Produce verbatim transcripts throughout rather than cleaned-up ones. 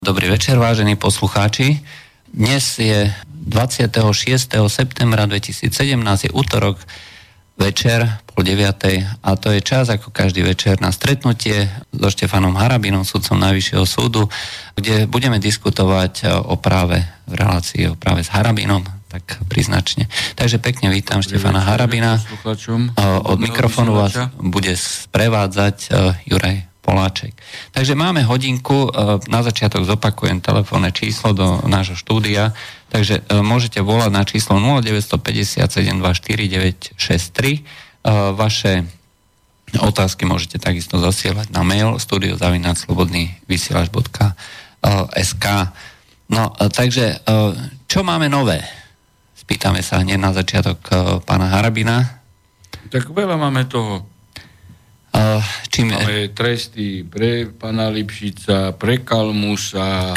Dobrý večer, vážení poslucháči. Dnes je dvadsiateho šiesteho septembra dvetisícsedemnásť, je útorok, večer, pol deviatej, a to je čas, ako každý večer, na stretnutie so Štefanom Harabinom, sudcom Najvyššieho súdu, kde budeme diskutovať o práve v relácii o práve s Harabinom, tak príznačne. Takže pekne vítam Štefana Harabina. Od mikrofónu vás bude sprevádzať Juraj Poláček. Takže máme hodinku, na začiatok zopakujem telefónne číslo do nášho štúdia, takže môžete volať na číslo nula deväť päť sedem dva štyri deväť šesť tri. Vaše otázky môžete takisto zasielať na mail studio zavináč slobodný vysielač bodka es ká. No, takže čo máme nové? Spýtame sa hneď na začiatok pána Harabina. Tak veľa máme toho. Uh, čím... Máme tresty pre pána Lipšica, pre Kalmusa.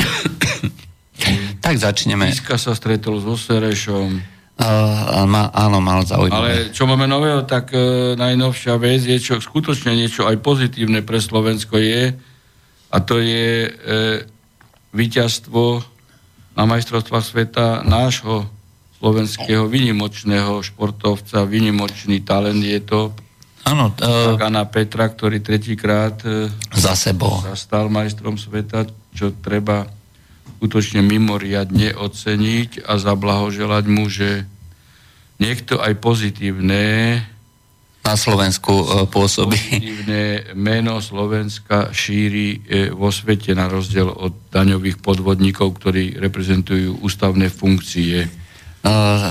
Tak začneme. Kiska sa stretol so Serešom. Uh, má, áno, mal zaujímavé. Ale čo máme nového, tak uh, najnovšia vec je, čo skutočne niečo aj pozitívne pre Slovensko je, a to je uh, víťazstvo na majstrovstvách sveta nášho slovenského výnimočného športovca, výnimočný talent je to. Áno. Uh, Pagana Petra, ktorý tretíkrát za sebou sa stal majstrom sveta, čo treba skutočne mimoriadne oceniť a zablahoželať mu, že niekto aj pozitívne na Slovensku uh, pôsobí. Pozitívne meno Slovenska šíri uh, vo svete, na rozdiel od daňových podvodníkov, ktorí reprezentujú ústavné funkcie. Uh,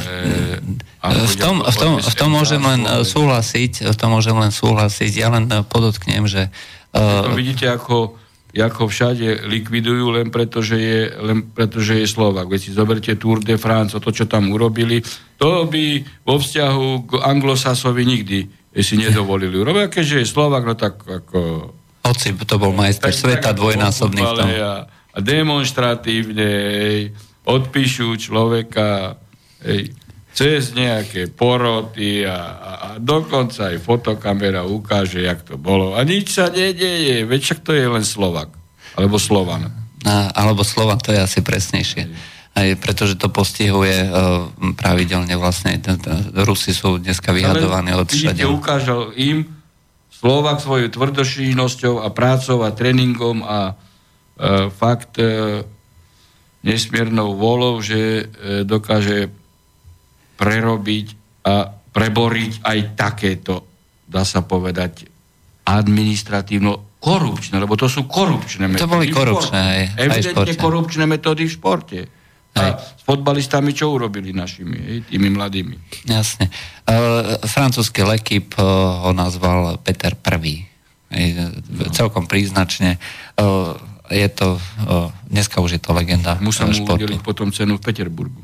v tom, v, tom, v tom môžem len súhlasiť, v tom môžem len súhlasiť. Ja len podotknem, že... Uh, to vidíte, ako, ako všade likvidujú len preto, že je, len preto, že je Slovák. Veď si zoberte Tour de France, to, čo tam urobili, to by vo vzťahu k anglosasovi nikdy si nedovolili urobiť. A keďže je Slovák, no tak ako... Hoci to bol majster sveta dvojnásobný v tom. A, a demonstratívne odpíšu človeka Ej, cez nejaké poroty a, a, a dokonca aj fotokamera ukáže, jak to bolo. A nič sa nedieje, veď však to je len Slovak. Alebo Slovan. A, alebo Slovan, to je asi presnejšie. Aj pretože to postihuje uh, pravidelne vlastne. T- t- Rusi sú dneska vyhadovaní od všade. Vidíte, ukážal im Slovak svojou tvrdošínosťou a prácou a tréningom a uh, fakt uh, nesmiernou vôľou, že uh, dokáže prerobiť a preboriť aj takéto, dá sa povedať, administratívno korupčné, lebo to sú korupčné metódy. To boli korupčné, aj, evidentne korupčné metódy v športe. A s fotbalistami čo urobili našimi, tými mladými? Jasne. Uh, francúzsky L'Équipe uh, ho nazval Peter Prvý. Uh, celkom príznačne. Uh, je to, uh, dneska už je to legenda športu. Musím mu udeliť potom cenu v Peterburgu.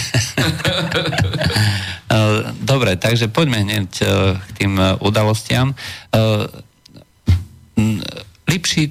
Dobre, takže poďme hneď k tým udalostiam. Lipšic,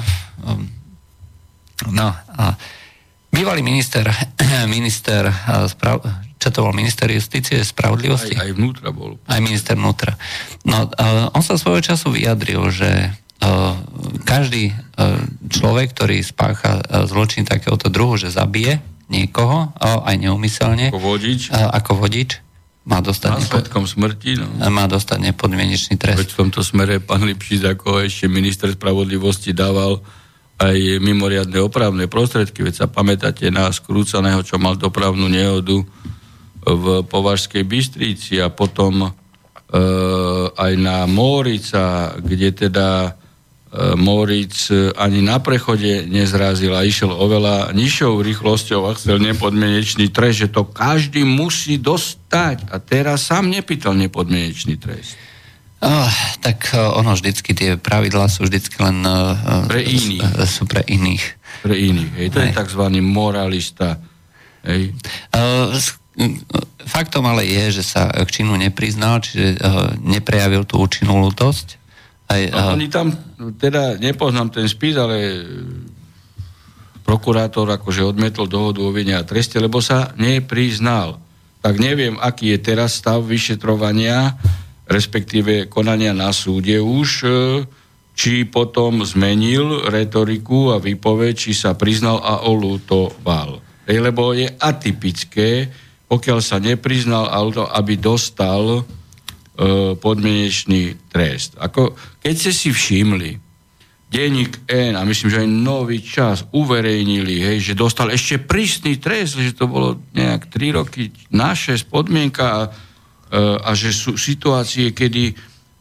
no, bývalý minister, minister, čo to bol, minister justície, spravodlivosti? Aj, aj vnútra bol. Aj minister vnútra. No, on sa svojho času vyjadril, že každý človek, ktorý spácha zločin takéhoto druhu, že zabije niekoho, aj neumyselne, ako vodič, ako vodič má dostať, následkom smrti, no. má dostať nepodmienečný trest. Veď v tomto smere pán Lipšic, ako ešte minister spravodlivosti, dával aj mimoriadne opravné prostriedky. Veď sa pamätáte na skrúcaného, čo mal dopravnú nehodu v Považskej Bystrici, a potom e, aj na Mórica, kde teda Moritz ani na prechode nezrazil a išiel oveľa nižšou rýchlosťou a chcel nepodmienečný trest, že to každý musí dostať. A teraz sám nepýtal nepodmienečný trest. Oh, tak ono vždycky, tie pravidlá sú vždycky len uh, pre iných. Sú pre iných. Pre iných. Hej. To hej. Je takzvaný moralista. Hej. Uh, faktom ale je, že sa k činu nepriznal, čiže uh, neprejavil tú účinnú ľútosť. Aj, no, oni tam, teda nepoznám ten spis, ale prokurátor akože odmietol dohodu o vine a treste, lebo sa nepriznal. Tak neviem, aký je teraz stav vyšetrovania, respektíve konania na súde už. či potom zmenil retoriku a výpoveď, či sa priznal a oľutoval. Lebo je atypické, pokiaľ sa nepriznal, aby dostal e, podmienečný trest. Ako, keď ste si všimli, denník N a myslím, že aj Nový čas uverejnili, hej, že dostal ešte prísny trest, že to bolo nejak tri roky na šesť podmienka a, e, a že sú situácie, kedy e,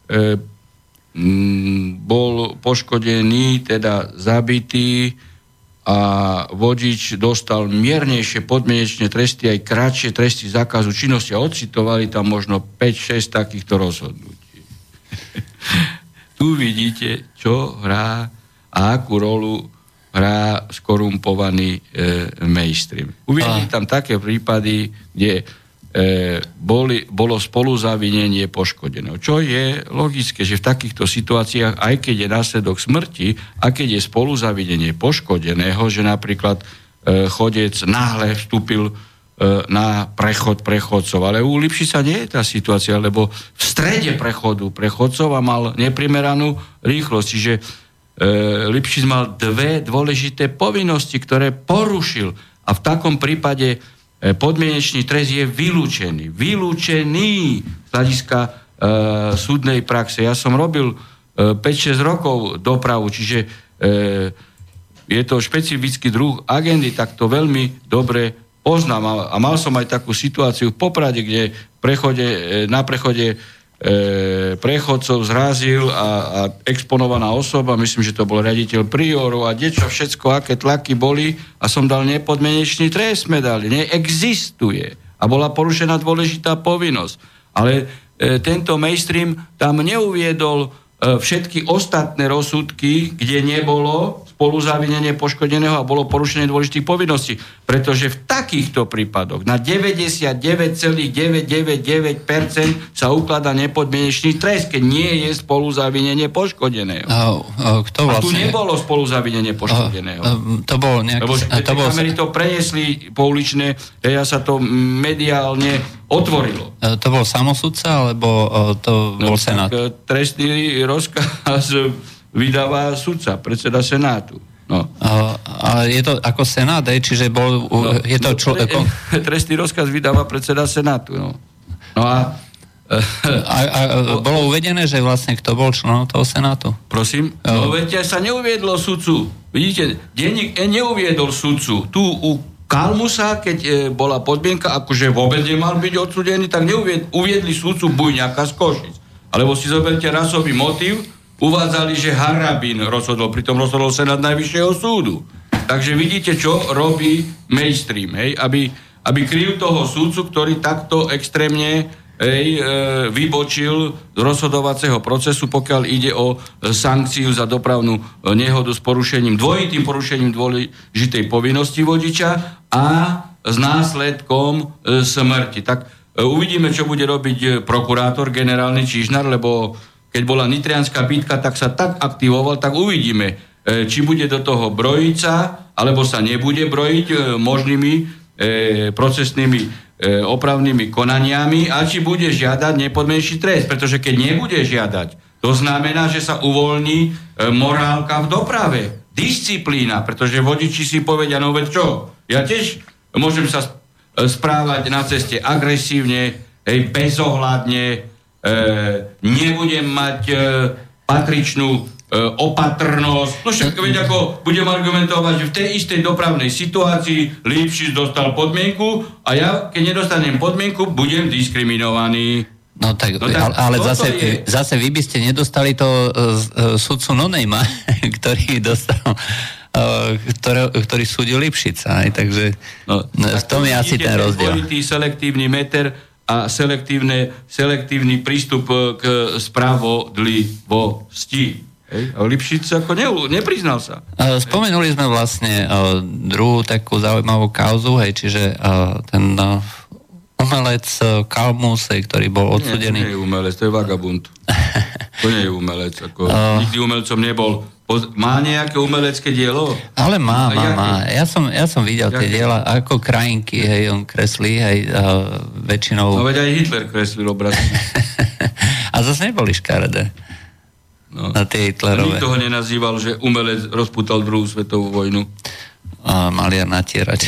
m, bol poškodený, teda zabitý a vodič dostal miernejšie podmienečné tresty, aj kratšie tresty zákazu činnosti a odcitovali tam možno päť šesť takýchto rozhodnutí. Tu vidíte, čo hrá a akú rolu hrá skorumpovaný e, mainstream. Uvidíte tam také prípady, kde e, boli, bolo spoluzavinenie poškodeného. Čo je logické, že v takýchto situáciách, aj keď je následok smrti, a keď je spoluzavinenie poškodeného, že napríklad e, chodec náhle vstúpil e, na prechod prechodcov. Ale u Lipšica nie je tá situácia, lebo v strede prechodu prechodcov a mal neprimeranú rýchlosť. Čiže e, Lipšic mal dve dôležité povinnosti, ktoré porušil. A v takom prípade podmienečný trest je vylúčený. Vylúčený z hľadiska e, súdnej praxe. Ja som robil e, päť šesť rokov dopravu, čiže e, je to špecifický druh agendy, tak to veľmi dobre poznám. A, a mal som aj takú situáciu v Poprade, kde prechode, e, na prechode e, prechodcov zrazil a, a exponovaná osoba, myslím, že to bol riaditeľ Prioru a niečo všetko, aké tlaky boli a som dal nepodmienečný trest sme dali. Neexistuje. A bola porušená dôležitá povinnosť. Ale e, tento mainstream tam neuviedol e, všetky ostatné rozsudky, kde nebolo spoluzavinenie poškodeného a bolo porušenie dôležitých povinností. Pretože v takýchto prípadoch na deväťdesiatdeväť celá deväťstodeväťdesiatdeväť percent sa ukladá nepodmienečný trest, keď nie je spoluzavinenie poškodeného. A, a, kto vlastne... a tu nebolo spoluzavinenie poškodeného. A, a, to bol nejaký... Lebo a to bol... kamery to preniesli pouličné, ja sa to mediálne otvorilo. A to bol samosudca, alebo to bol no, Senát? Tak, trestný rozkaz vydáva sudca, predseda Senátu. No. A, ale je to ako Senát, čiže bol, no, je to človek... No, trestný rozkaz vydáva predseda Senátu. No, no a, a, a bolo uvedené, že vlastne kto bol členom toho Senátu? Prosím? No, veď sa neuviedlo sudcu. Vidíte, denník E neuviedol sudcu. Tu u Kalmusa, keď e, bola podmienka, akože vôbec nemal byť odsúdený, tak neuviedli sudcu Bujňaka z Košic. Alebo si zoberte rasový motív, uvádzali, že Harabín rozhodol, pritom rozhodol Senát Najvyššieho súdu. Takže vidíte, čo robí mainstream, hej? Aby, aby kryl toho súdcu, ktorý takto extrémne hej, e, vybočil z rozhodovacieho procesu, pokiaľ ide o sankciu za dopravnú nehodu s porušením, dvojitým porušením dôležitej povinnosti vodiča a s následkom e, smrti. Tak e, uvidíme, čo bude robiť prokurátor generálny Čižnár, lebo keď bola nitrianská bitka, tak sa tak aktivoval, tak uvidíme, či bude do toho brojiť sa, alebo sa nebude brojiť možnými e, procesnými e, opravnými konaniami a či bude žiadať nepodmienečný trest. Pretože keď nebude žiadať, to znamená, že sa uvoľní e, morálka v doprave. Disciplína, pretože vodiči si povedia, no veď čo, ja tiež môžem sa správať na ceste agresívne, hej, bezohľadne, E, nebudem mať e, patričnú e, opatrnosť. No však veď ako budem argumentovať, že v tej istej dopravnej situácii Lipšic dostal podmienku a ja, keď nedostanem podmienku, budem diskriminovaný. No tak, no, tak ale, ale zase, zase vy by ste nedostali to uh, sudcu Nonejma, ktorý dostal uh, ktorý, ktorý súdil Lipšica. Takže no, v tom je asi ten rozdiel. Dvojitý selektívny meter a selektívne, selektívny prístup k spravodlivosti. Hej? A Lipšic ako ne, nepriznal sa. Spomenuli sme vlastne uh, druhú takú zaujímavú kauzu, hej, čiže uh, ten uh, umelec uh, Kalmus, hej, ktorý bol odsúdený. Nie, to nie je umelec, to je vagabund. To nie je umelec. Ako, uh, nikdy umelcom nebol. Má nejaké umelecké dielo? Ale má, má, má. Ja som, ja som videl jaké? Tie diela ako krajinky, hej, on kreslí, hej, uh, väčšinou... No veď aj Hitler kreslil obrazy. A zase neboli škaredé. No. Na tie Hitlerové. Nikto ho nenazýval, že umelec rozputal druhú svetovú vojnu. Uh, maliar natierač.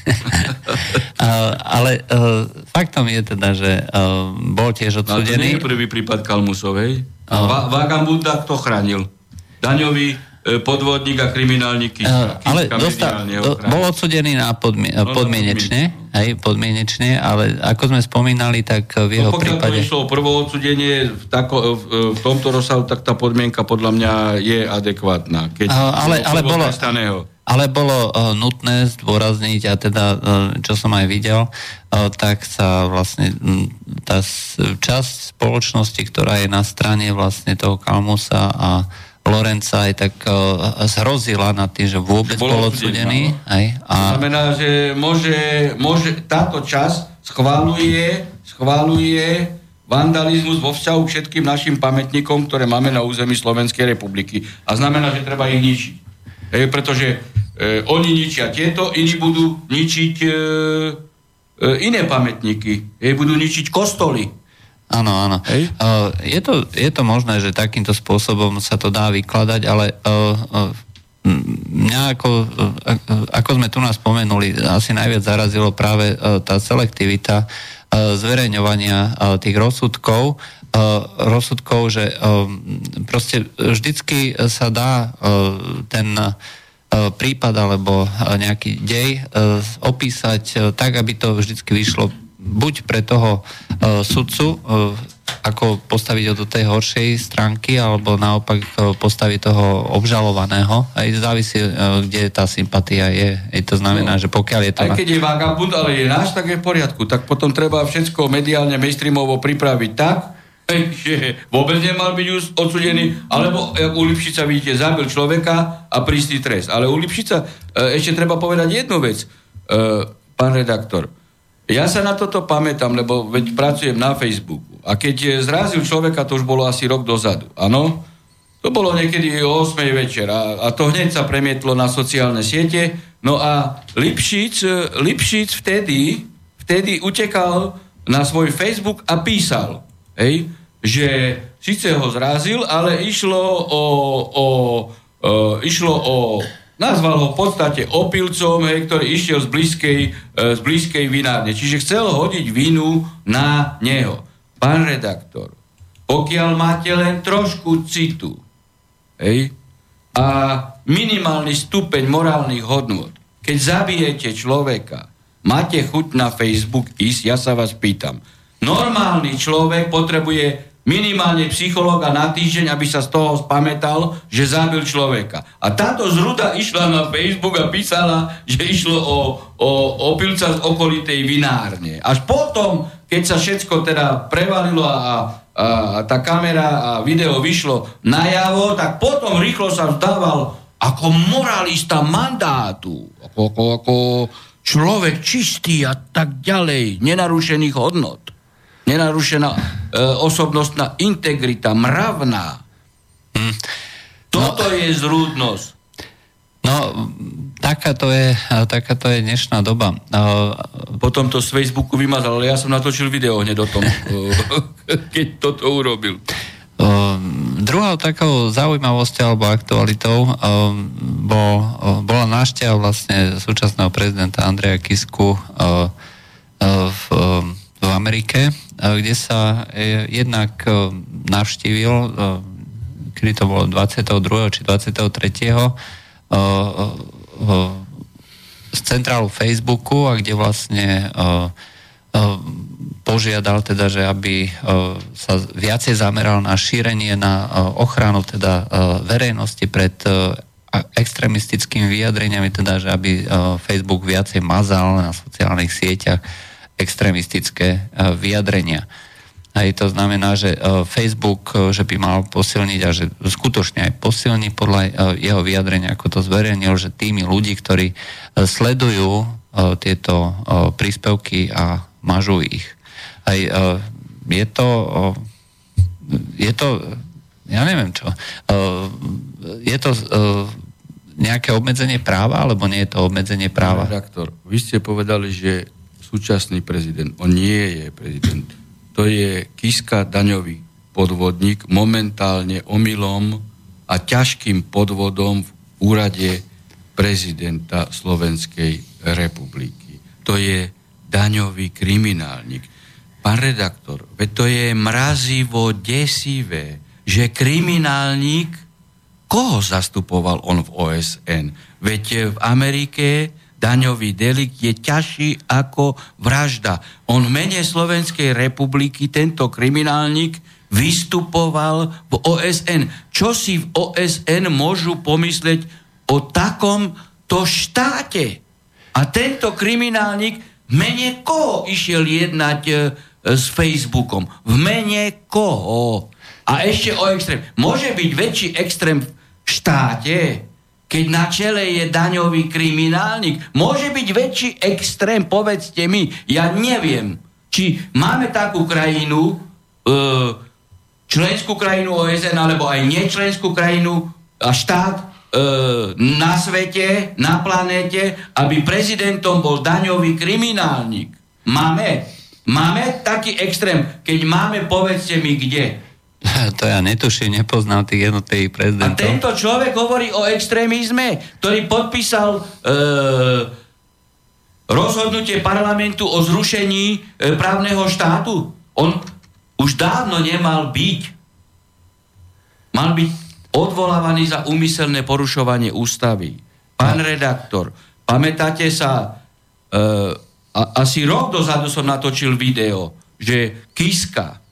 uh, ale uh, faktom je teda, že uh, bol tiež odsúdený. No, to nie je prvý prípad Kalmusov, hej? Uh, Va- Vagabunda kto chránil? Daňový e, podvodník a kriminálnik Kiska. Uh, ale dostal, do, bol odsúdený na podmi- no, podmienečne, hej, podmienečne, ale ako sme spomínali, tak v jeho no, pokiaľ prípade... Pokiaľ to išlo prvo odsúdenie v, tako, v, v tomto rozsahu, tak tá podmienka podľa mňa je adekvátna. Keď uh, ale, ale bolo... Ale bolo uh, nutné zdôrazniť, a teda, uh, čo som aj videl, uh, tak sa vlastne um, tá časť spoločnosti, ktorá je na strane vlastne toho Kalmusa a Lorenca, aj tak uh, zhrozila nad tým, že vôbec bol odsúdený. Aj, a... To znamená, že môže, môže táto časť schváluje, schváluje vandalizmus vo vzťahu k všetkým našim pamätníkom, ktoré máme na území Slovenskej republiky. A znamená, že treba ich ničiť. E, pretože e, oni ničia tieto, iní budú ničiť e, e, iné pamätníky. E, budú ničiť kostoly. Áno, áno. Uh, je, to, je to možné, že takýmto spôsobom sa to dá vykladať, ale uh, uh, mňa ako, uh, ako sme tu nás spomenuli, asi najviac zarazilo práve uh, tá selektivita uh, zverejňovania uh, tých rozsudkov, uh, rozsudkov, že uh, proste vždycky sa dá uh, ten uh, prípad alebo uh, nejaký dej uh, opísať uh, tak, aby to vždycky vyšlo buď pre toho uh, sudcu, uh, ako postaviť ho do tej horšej stránky, alebo naopak uh, postaviť toho obžalovaného. Aj závisí, uh, kde tá sympatia je. Aj to znamená, no, že pokiaľ je to... Aj keď je vagabund, ale je náš, tak je v poriadku. Tak potom treba všetko mediálne, mainstreamovo pripraviť tak, že vôbec nemal byť odsudený, alebo jak u Lipšica, vidíte, zabil človeka a prísny trest. Ale u Lipšica uh, ešte treba povedať jednu vec, uh, pán redaktor. Ja sa na toto pamätám, lebo veď pracujem na Facebooku. A keď zrazil človeka, to už bolo asi rok dozadu. Áno? To bolo niekedy o ôsmej večer a, a to hneď sa premietlo na sociálne siete. No a Lipšic, Lipšic vtedy, vtedy utekal na svoj Facebook a písal, hej, že síce ho zrazil, ale išlo o, o, o, išlo o nazval ho v podstate opilcom, hej, ktorý išiel z blízkej, e, z blízkej vinárne. Čiže chcel hodiť vinu na neho. Pán redaktor, pokiaľ máte len trošku citu, hej, a minimálny stupeň morálnych hodnôt, keď zabijete človeka, máte chuť na Facebook ísť, ja sa vás pýtam. Normálny človek potrebuje minimálne psychológa na týždeň, aby sa z toho spamätal, že zabil človeka. A táto zruda išla na Facebook a písala, že išlo o, o opilca z okolitej vinárne. Až potom, keď sa všetko teda prevalilo a, a, a tá kamera a video vyšlo najavo, tak potom rýchlo sa vzdával ako moralista mandátu, ako, ako, ako človek čistý a tak ďalej, nenarušených hodnot. Nenarušená e, osobnostná integrita, mravná. Hmm. Toto no, je zrúdnosť. No, taká to je, taká to je dnešná doba. Potom to z Facebooku vymazal, ale ja som natočil video hneď o tom, keď toto urobil. Druhou takou zaujímavosťou alebo aktualitou bol, bola návšteva vlastne súčasného prezidenta Andreja Kisku v v Amerike, kde sa jednak navštívil, kedy to bolo dvadsiateho druhého či dvadsiateho tretieho z centrálu Facebooku, a kde vlastne požiadal teda, že aby sa viacej zameral na šírenie, na ochranu teda verejnosti pred extrémistickými vyjadreniami, teda, že aby Facebook viacej mazal na sociálnych sieťach extrémistické vyjadrenia. A to znamená, že Facebook, že by mal posilniť, a že skutočne aj posilní podľa jeho vyjadrenia, ako to zverejnil, že tými ľudí, ktorí sledujú tieto príspevky a mažujú ich. Aj je to je to ja neviem čo. Je to nejaké obmedzenie práva, alebo nie je to obmedzenie práva? Redaktor, vy ste povedali, že súčasný prezident, on nie je prezident. To je Kiska, daňový podvodník, momentálne omylom a ťažkým podvodom v úrade prezidenta Slovenskej republiky. To je daňový kriminálnik. Pán redaktor, veď to je mrazivo desivé, že kriminálnik, koho zastupoval on v ó es en? Veď v Amerike daňový delikt je ťažší ako vražda. On v mene Slovenskej republiky, tento kriminálnik, vystupoval v ó es en. Čo si v ó es en môžu pomysleť o takomto štáte? A tento kriminálnik v mene koho išiel jednať e, s Facebookom? V mene koho? A ešte o extrém. Môže byť väčší extrém v štáte, keď na čele je daňový kriminálnik? Môže byť väčší extrém, povedzte mi. Ja neviem, či máme takú krajinu, e, členskú krajinu ó es en, alebo aj nečlenskú krajinu a štát e, na svete, na planéte, aby prezidentom bol daňový kriminálnik. Máme. Máme taký extrém. Keď máme, povedzte mi, kde. To ja netuším, nepoznám tých jednotlivých prezidentov. A tento človek hovorí o extrémizme, ktorý podpísal e, rozhodnutie parlamentu o zrušení e, právneho štátu. On už dávno nemal byť. Mal byť odvolávaný za úmyselné porušovanie ústavy. Pán redaktor, pamätáte sa, e, a, asi rok dozadu som natočil video, že Kiska,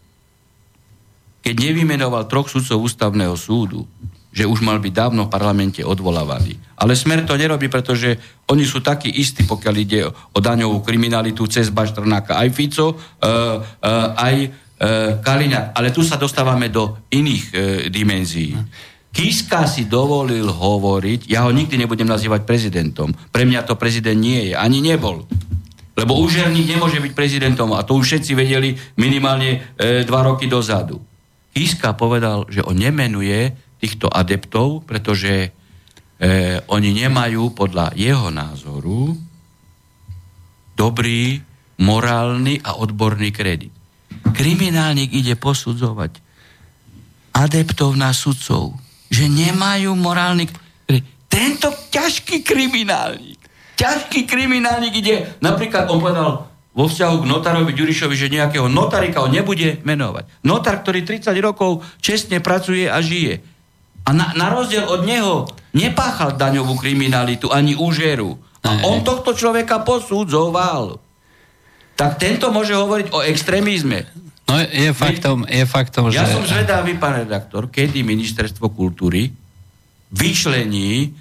keď nevymenoval troch sudcov ústavného súdu, že už mal byť dávno v parlamente odvolávaný. Ale Smer to nerobí, pretože oni sú takí istí, pokiaľ ide o, o daňovú kriminalitu cez Baštrnáka. Aj Fico, e, e, aj e, Kaliňák. Ale tu sa dostávame do iných e, dimenzií. Kiska si dovolil hovoriť, ja ho nikdy nebudem nazývať prezidentom. Pre mňa to prezident nie je, ani nebol. Lebo úžerník nemôže byť prezidentom a to už všetci vedeli minimálne e, dva roky dozadu. Kiska povedal, že on nemenuje týchto adeptov, pretože e, oni nemajú podľa jeho názoru dobrý, morálny a odborný kredit. Kriminálnik ide posudzovať adeptov na sudcov, že nemajú morálny kredit. Tento ťažký kriminálnik, ťažký kriminálnik ide, napríklad on povedal vo vzťahu k notárovi Ďurišovi, že nejakého notárika on nebude menovať. Notár, ktorý tridsať rokov čestne pracuje a žije. A na, na rozdiel od neho nepáchal daňovú kriminalitu ani úžeru. A on tohto človeka posudzoval. Tak tento môže hovoriť o extrémizme. No je faktom, je faktom, ja že... som zvedavý, pán redaktor, kedy Ministerstvo kultúry vyčlení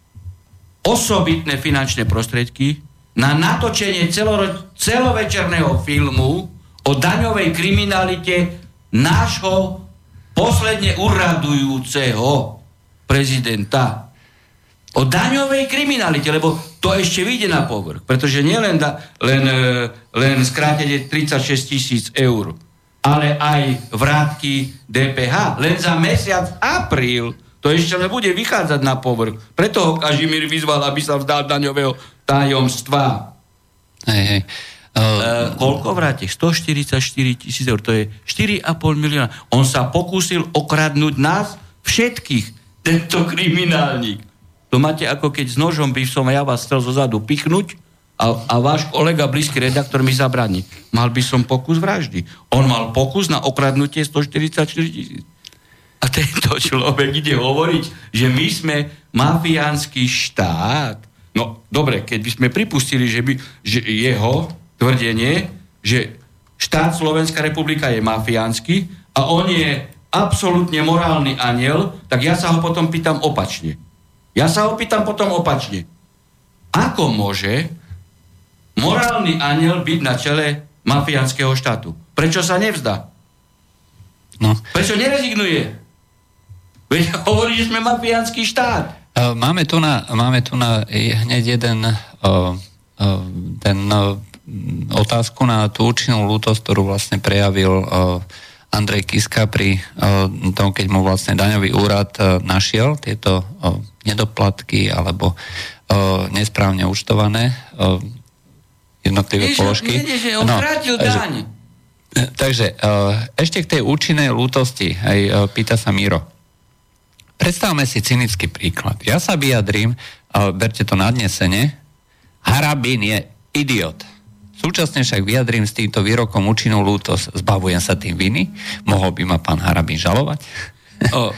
osobitné finančné prostriedky na natočenie celoro, celovečerného filmu o daňovej kriminalite nášho posledne uradujúceho prezidenta. O daňovej kriminalite, lebo to ešte vyjde na povrch, pretože nielen da, len, len skrátenie tridsaťšesť tisíc eur, ale aj vrátky dé pé há. Len za mesiac apríl to ešte nebude vychádzať na povrch. Preto ho Kažimír vyzval, aby sa vzdal daňového tajomstva. Hej, hej. Uh, e, koľko vrátiš? stoštyridsaťštyri tisíc eur. To je štyri a pol milióna. On sa pokúsil okradnúť nás všetkých. Tento kriminálnik. To máte ako keď s nožom by som ja vás chcel zozadu pichnúť a, a váš kolega, blízky redaktor mi zabráni. Mal by som pokus vraždy. On mal pokus na okradnutie stoštyridsaťštyri tisíc. A tento človek ide hovoriť, že my sme mafiánsky štát. No, dobre, keď by sme pripustili, že, by, že jeho tvrdenie, že štát Slovenská republika je mafiánsky a on je absolútne morálny anjel, tak ja sa ho potom pýtam opačne. Ja sa ho pýtam potom opačne. Ako môže morálny anjel byť na čele mafiánskeho štátu? Prečo sa nevzdá? No. Prečo nerezignuje? Veď hovorí, že sme mafiánsky štát. Máme tu na, máme tu na hneď jeden o, o, ten o, otázku na tú účinnú lútosť, ktorú vlastne prejavil o, Andrej Kiska pri o, tom, keď mu vlastne daňový úrad o, našiel tieto o, nedoplatky alebo o, nesprávne účtované o, jednotlivé nie, položky. Nie, nie, že on no, vrátil daň. Takže ešte k tej účinnej lútosti, aj pýta sa Miro. Predstavme si cynický príklad. Ja sa vyjadrím, berte to nadnesene, Harabín je idiot. Súčasne však vyjadrím s týmto výrokom účinnú lútosť. Zbavujem sa tým viny? Mohol by ma pán Harabín žalovať? O, e,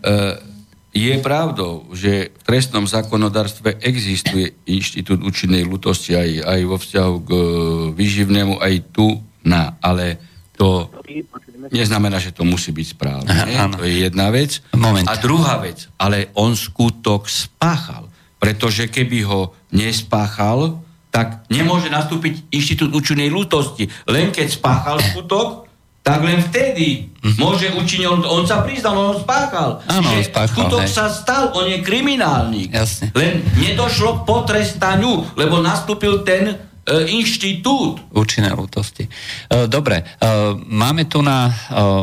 je pravdou, že v trestnom zákonodárstve existuje inštitút účinnej lútosti aj, aj vo vzťahu k výživnému, aj tu na, ale to neznamená, že to musí byť správne. Aha, to je jedna vec. Moment. A druhá vec, ale on skutok spáchal, pretože keby ho nespáchal, tak nemôže nastúpiť inštitút účinnej lútosti. Len keď spáchal skutok, tak len vtedy môže účinne, on, on sa priznal, on ho spáchal. Áno, spáchal, skutok hej. sa stal, on je kriminálnik. Jasne. Len nedošlo k potrestaniu, lebo nastúpil ten e, inštitút. Účinnej lútosti. E, dobre, e, máme tu na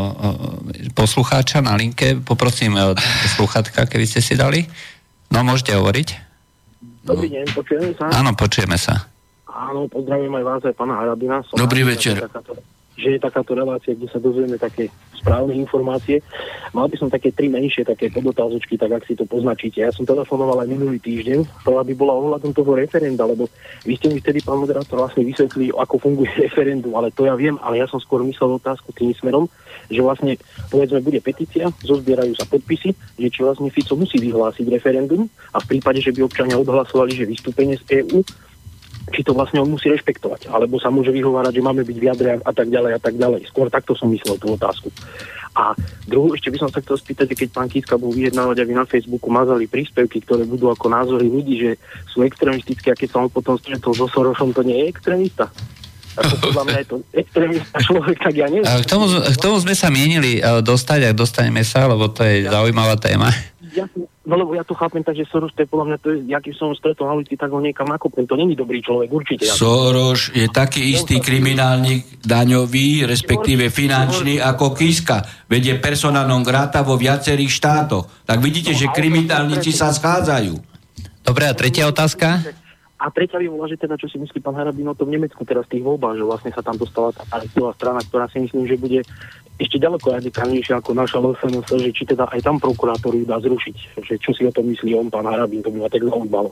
e, poslucháča na linke, poprosím e, sluchatka, keby ste si dali. No, môžete hovoriť. Dobrý deň, počujeme sa? Áno, počujeme sa. Áno, pozdravujem aj vás, aj pána Harabina. Som Dobrý rád, večer. Takáto, že je takáto relácia, kde sa dozvieme také správne informácie. Mal by som také tri menšie, také podotázočky, tak ak si to poznačíte. Ja som telefonoval aj minulý týždeň, to aby bola ohľadom toho referenda, lebo vy ste mi vtedy, pán moderátor, vlastne vysvetlili, ako funguje referendum, ale to ja viem, ale ja som skôr myslel otázku tým smerom, že vlastne, povedzme, bude petícia, zozbierajú sa podpisy, že či vlastne Fico musí vyhlásiť referendum a v prípade, že by občania odhlasovali, že vystúpenie z EÚ, či to vlastne on musí rešpektovať, alebo sa môže vyhovárať, že máme byť v jadre a tak ďalej a tak ďalej. Skôr takto som myslel tú otázku. A druhú ešte by som sa chcel spýtať, keď pán Kiska bol vyjednávať, aby na Facebooku mazali príspevky, ktoré budú ako názory ľudí, že sú extrémistické, a keď sa on potom stretol so Sorošom, to nie je extrémista. Ako podľa mňa je to extrémista človek, tak ja neviem. K tomu, k tomu sme sa mienili dostať, ak dostaneme sa, lebo to je ja, zaujímavá téma. Ja, no lebo ja to chápem tak, že Soros, to je podľa mňa, to je, aký som stretol na ulici, tak ho niekam nakopnem. To není dobrý človek, určite. Ja Soros je taký istý kriminálnik daňový, respektíve finančný ako Kiska. Veď je persona non grata vo viacerých štátoch. Tak vidíte, že kriminálnici sa schádzajú. Dobre, a tretia otázka? A tretia by bola, že teda, čo si myslí pán Harabin o tom Nemecku teraz v tých voľbách, že vlastne sa tam dostala tá pravicová strana, ktorá si myslím, že bude ešte ďaleko radikálnejšia ako naša el es en es, že či teda aj tam prokurátor ju dá zrušiť. Že čo si o tom myslí on, pán Harabin, to by ma tak zaujímalo.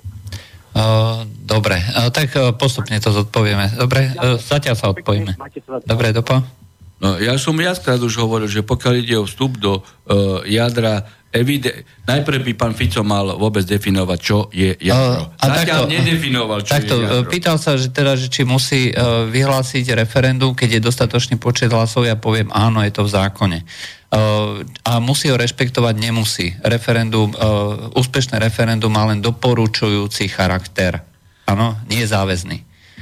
Uh, dobre, uh, tak uh, postupne to zodpovieme. Dobre, uh, zatiaľ sa odpovieme. Dobre, Dopo? No, ja som viackrát už hovoril, že pokiaľ ide o vstup do uh, jadra, evide- najprv by pán Fico mal vôbec definovať, čo je jadro. Uh, Zatiaľ takto, nedefinoval, čo takto, je jadro. Pýtal sa, že teda, že či musí uh, vyhlásiť referendum, keď je dostatočný počet hlasov, ja poviem, áno, je to v zákone. Uh, a musí ho rešpektovať, nemusí. Referendum, uh, úspešné referendum má len doporučujúci charakter. Áno, nie je záväzný.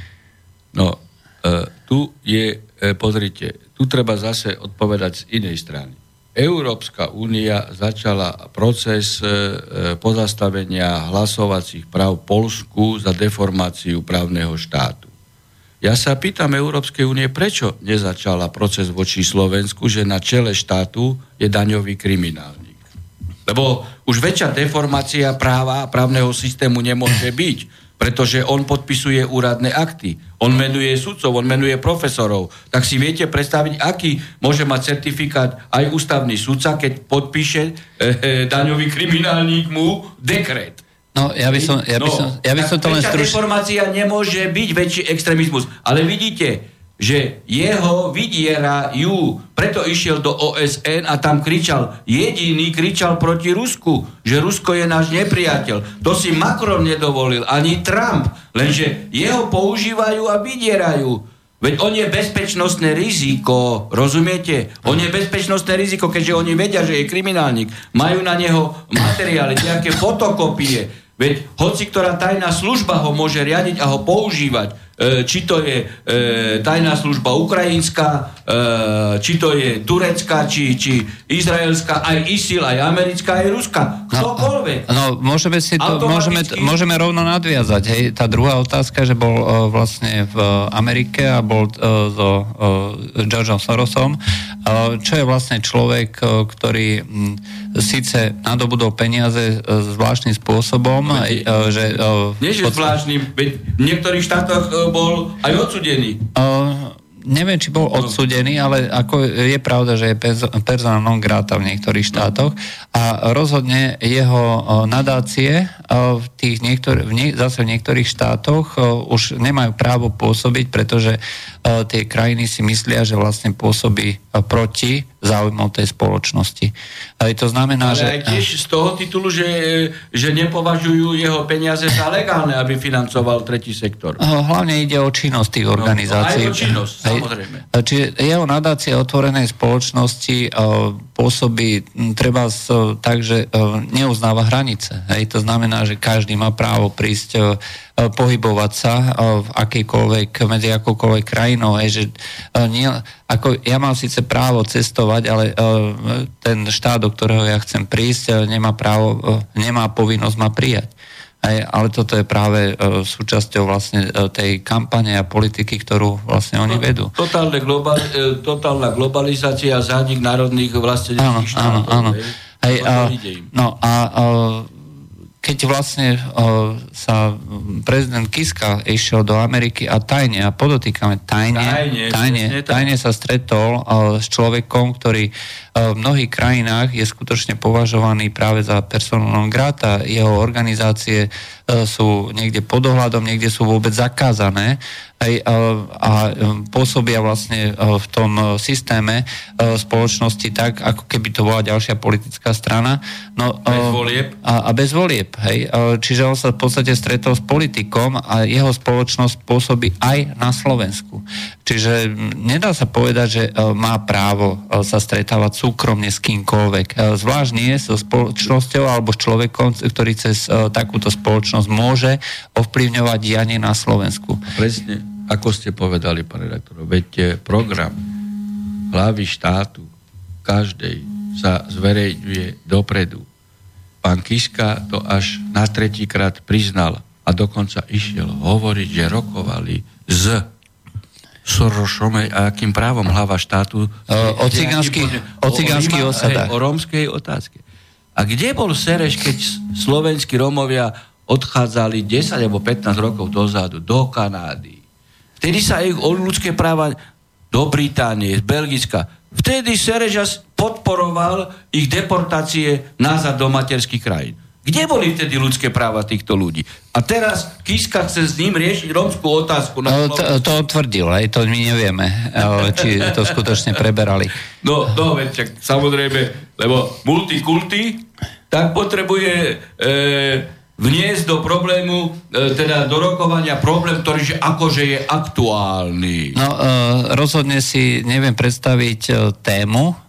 No, uh, tu je, uh, pozrite, tu treba zase odpovedať z inej strany. Európska únia začala proces e, pozastavenia hlasovacích práv Poľsku za deformáciu právneho štátu. Ja sa pýtam Európskej únie, prečo nezačala proces voči Slovensku, že na čele štátu je daňový kriminálnik. Lebo už väčšia deformácia práva a právneho systému nemôže byť, pretože on podpisuje úradné akty, on menuje sudcov, on menuje profesorov. Tak si viete predstaviť, aký môže mať certifikát aj ústavný sudca, keď podpíše e, e, daňový kriminálnik mu dekret. No, ja by som, ja by som, ja by som to len stručne... Deformácia nemôže byť väčší extrémizmus. Ale vidíte, že jeho vydierajú, preto išiel do ó es en a tam kričal, jediný kričal proti Rusku, že Rusko je náš nepriateľ. To si Macron nedovolil, ani Trump, lenže jeho používajú a vydierajú. Veď on je bezpečnostné riziko, rozumiete? On je bezpečnostné riziko, keďže oni vedia, že je kriminálnik. Majú na neho materiály, nejaké fotokopie. Veď hoci ktorá tajná služba ho môže riadiť a ho používať. E, či to je e, tajná služba ukrajinská, e, či to je turecká, či, či izraelská, aj ISIL, aj americká, aj ruská. Ktokoľvek. No, no môžeme si to, môžeme, môžeme rovno nadviazať. Hej. Tá druhá otázka, že bol uh, vlastne v Amerike a bol uh, so uh, Georgeom Sorosom, uh, čo je vlastne človek, uh, ktorý um, síce nadobudol peniaze uh, zvláštnym spôsobom, uh, že... Uh, Nie, že pod... zvláštnym, veď v niektorých štátoch uh, bol aj odsudený. Uh, neviem, či bol odsúdený, ale ako je pravda, že je persona non grata v niektorých štátoch a rozhodne jeho nadácie v tých niektor- v nie- zase v niektorých štátoch už nemajú právo pôsobiť, pretože tie krajiny si myslia, že vlastne pôsobí proti záujmom tej spoločnosti. A to znamená, ale že... aj tiež z toho titulu, že, že nepovažujú jeho peniaze za legálne, aby financoval tretí sektor. Hlavne ide o činnosť tých organizácií. No, aj o činnosť, samozrejme. Čiže jeho nadácia otvorenej spoločnosti pôsobí treba tak, že neuznáva hranice. Hej, to znamená, že každý má právo prísť pohybovať sa v akejkoľvek, medzi akoukoľvek krajinou. Hej, že nie, ako ja mám síce právo cestovať, ale ten štát, do ktorého ja chcem prísť, nemá právo, nemá povinnosť ma prijať. Hej, ale toto je práve súčasťou vlastne tej kampane a politiky, ktorú vlastne oni vedú. Totálne global, totálna globalizácia a zánik národných vlasteneckých štátov. Áno, áno. Hej, a, no a, a keď vlastne uh, sa prezident Kiska išiel do Ameriky a tajne, a podotýkame tajne, tajne, tajne, tajne sa stretol uh, s človekom, ktorý uh, v mnohých krajinách je skutočne považovaný práve za personu non grata. Jeho organizácie uh, sú niekde pod ohľadom, niekde sú vôbec zakázané. Aj, a, a pôsobia vlastne v tom systéme spoločnosti tak, ako keby to bola ďalšia politická strana. No, bez volieb. A, a bez volieb, hej. Čiže on sa v podstate stretol s politikom a jeho spoločnosť pôsobí aj na Slovensku. Čiže nedá sa povedať, že má právo sa stretávať súkromne s kýmkoľvek. Zvlášť nie so spoločnosťou alebo s človekom, ktorý cez takúto spoločnosť môže ovplyvňovať dianie na Slovensku. Presne, ako ste povedali, pán redaktor, veď program hlavy štátu každej sa zverejňuje dopredu. Pán Kiska to až na tretíkrát priznal a dokonca išiel hovoriť, že rokovali s Sorošom a akým právom hlava štátu o cigánskych osadách. O rómskej otázke. A kde bol Sereš, keď slovenskí Rómovia odchádzali desať alebo pätnásť rokov dozadu do Kanády? Vtedy sa ich o ľudské práva do Británie, z Belgicka. Vtedy Sereš podporoval ich deportácie nazad do materských krajín. Kde boli vtedy ľudské práva týchto ľudí? A teraz Kiska chce s ním riešiť rómskú otázku. Na to, to tvrdil, aj to my nevieme, či to skutočne preberali. No, no veď, čak, samozrejme, lebo multikulty tak potrebuje e, vniesť do problému, e, teda do rokovania problém, ktorý že akože je aktuálny. No, e, rozhodne si neviem predstaviť e, tému e,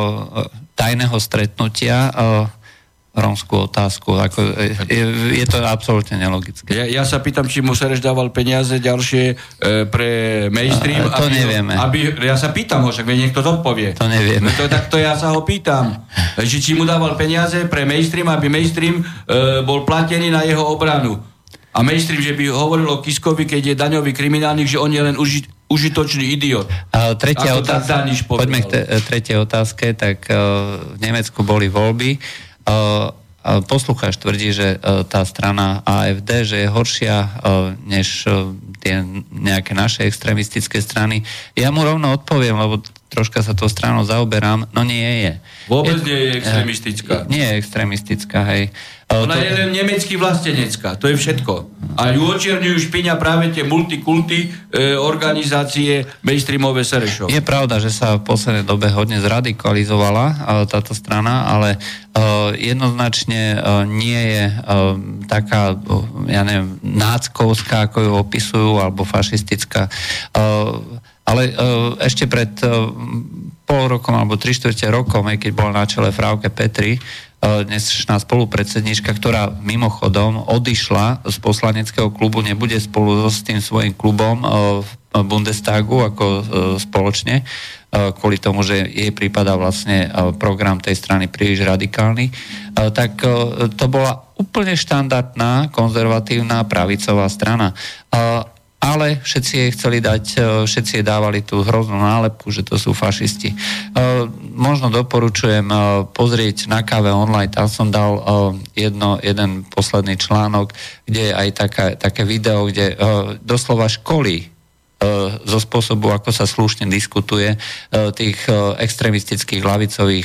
tajného stretnutia e, rómskú otázku. Ako, je, je to absolútne nelogické. Ja, ja sa pýtam, či mu Sereš dával peniaze ďalšie e, pre mainstream. A, to aby, nevieme. Aby, ja sa pýtam ho, však niekto to odpovie. To nevieme. To, tak to ja sa ho pýtam. Či, či mu dával peniaze pre mainstream, aby mainstream e, bol platený na jeho obranu. A mainstream, že by hovoril o Kiskovi, keď je daňový kriminálnik, že on je len uži, užitočný idiot. A tretia otázka, poďme k te, tretej otázke, tak uh, v Nemecku boli voľby. Uh, poslucháč tvrdí, že uh, tá strana á ef dé, že je horšia uh, než uh, tie nejaké naše extrémistické strany. Ja mu rovno odpoviem, lebo troška sa tou stranou zaoberám, no nie je. Vôbec je, nie je extrémistická. Uh, nie je extrémistická, hej. Ona to... je len nemecký vlastenecká, to je všetko. A ju očierňujú špiňa práve tie multikulty e, organizácie mainstreamové Serešov. Je pravda, že sa v poslednej dobe hodne zradikalizovala e, táto strana, ale e, jednoznačne e, nie je e, taká, e, ja neviem, náckovská, ako ju opisujú, alebo fašistická. E, ale e, ešte pred e, pol rokom, alebo tri štvrte rokom, aj keď bola na čele Frauke Petri, dnešná spolupredsednička, ktorá mimochodom odišla z poslaneckého klubu, nebude spolu s tým svojím klubom v Bundestagu ako spoločne, kvôli tomu, že jej prípada vlastne program tej strany príliš radikálny, tak to bola úplne štandardná, konzervatívna pravicová strana. Ale všetci jej chceli dať, všetci jej dávali tú hroznú nálepku, že to sú fašisti. Možno doporučujem pozrieť na káve online, tam som dal jedno, jeden posledný článok, kde je aj taká, také video, kde doslova školy zo spôsobu, ako sa slušne diskutuje, tých extrémistických ľavicových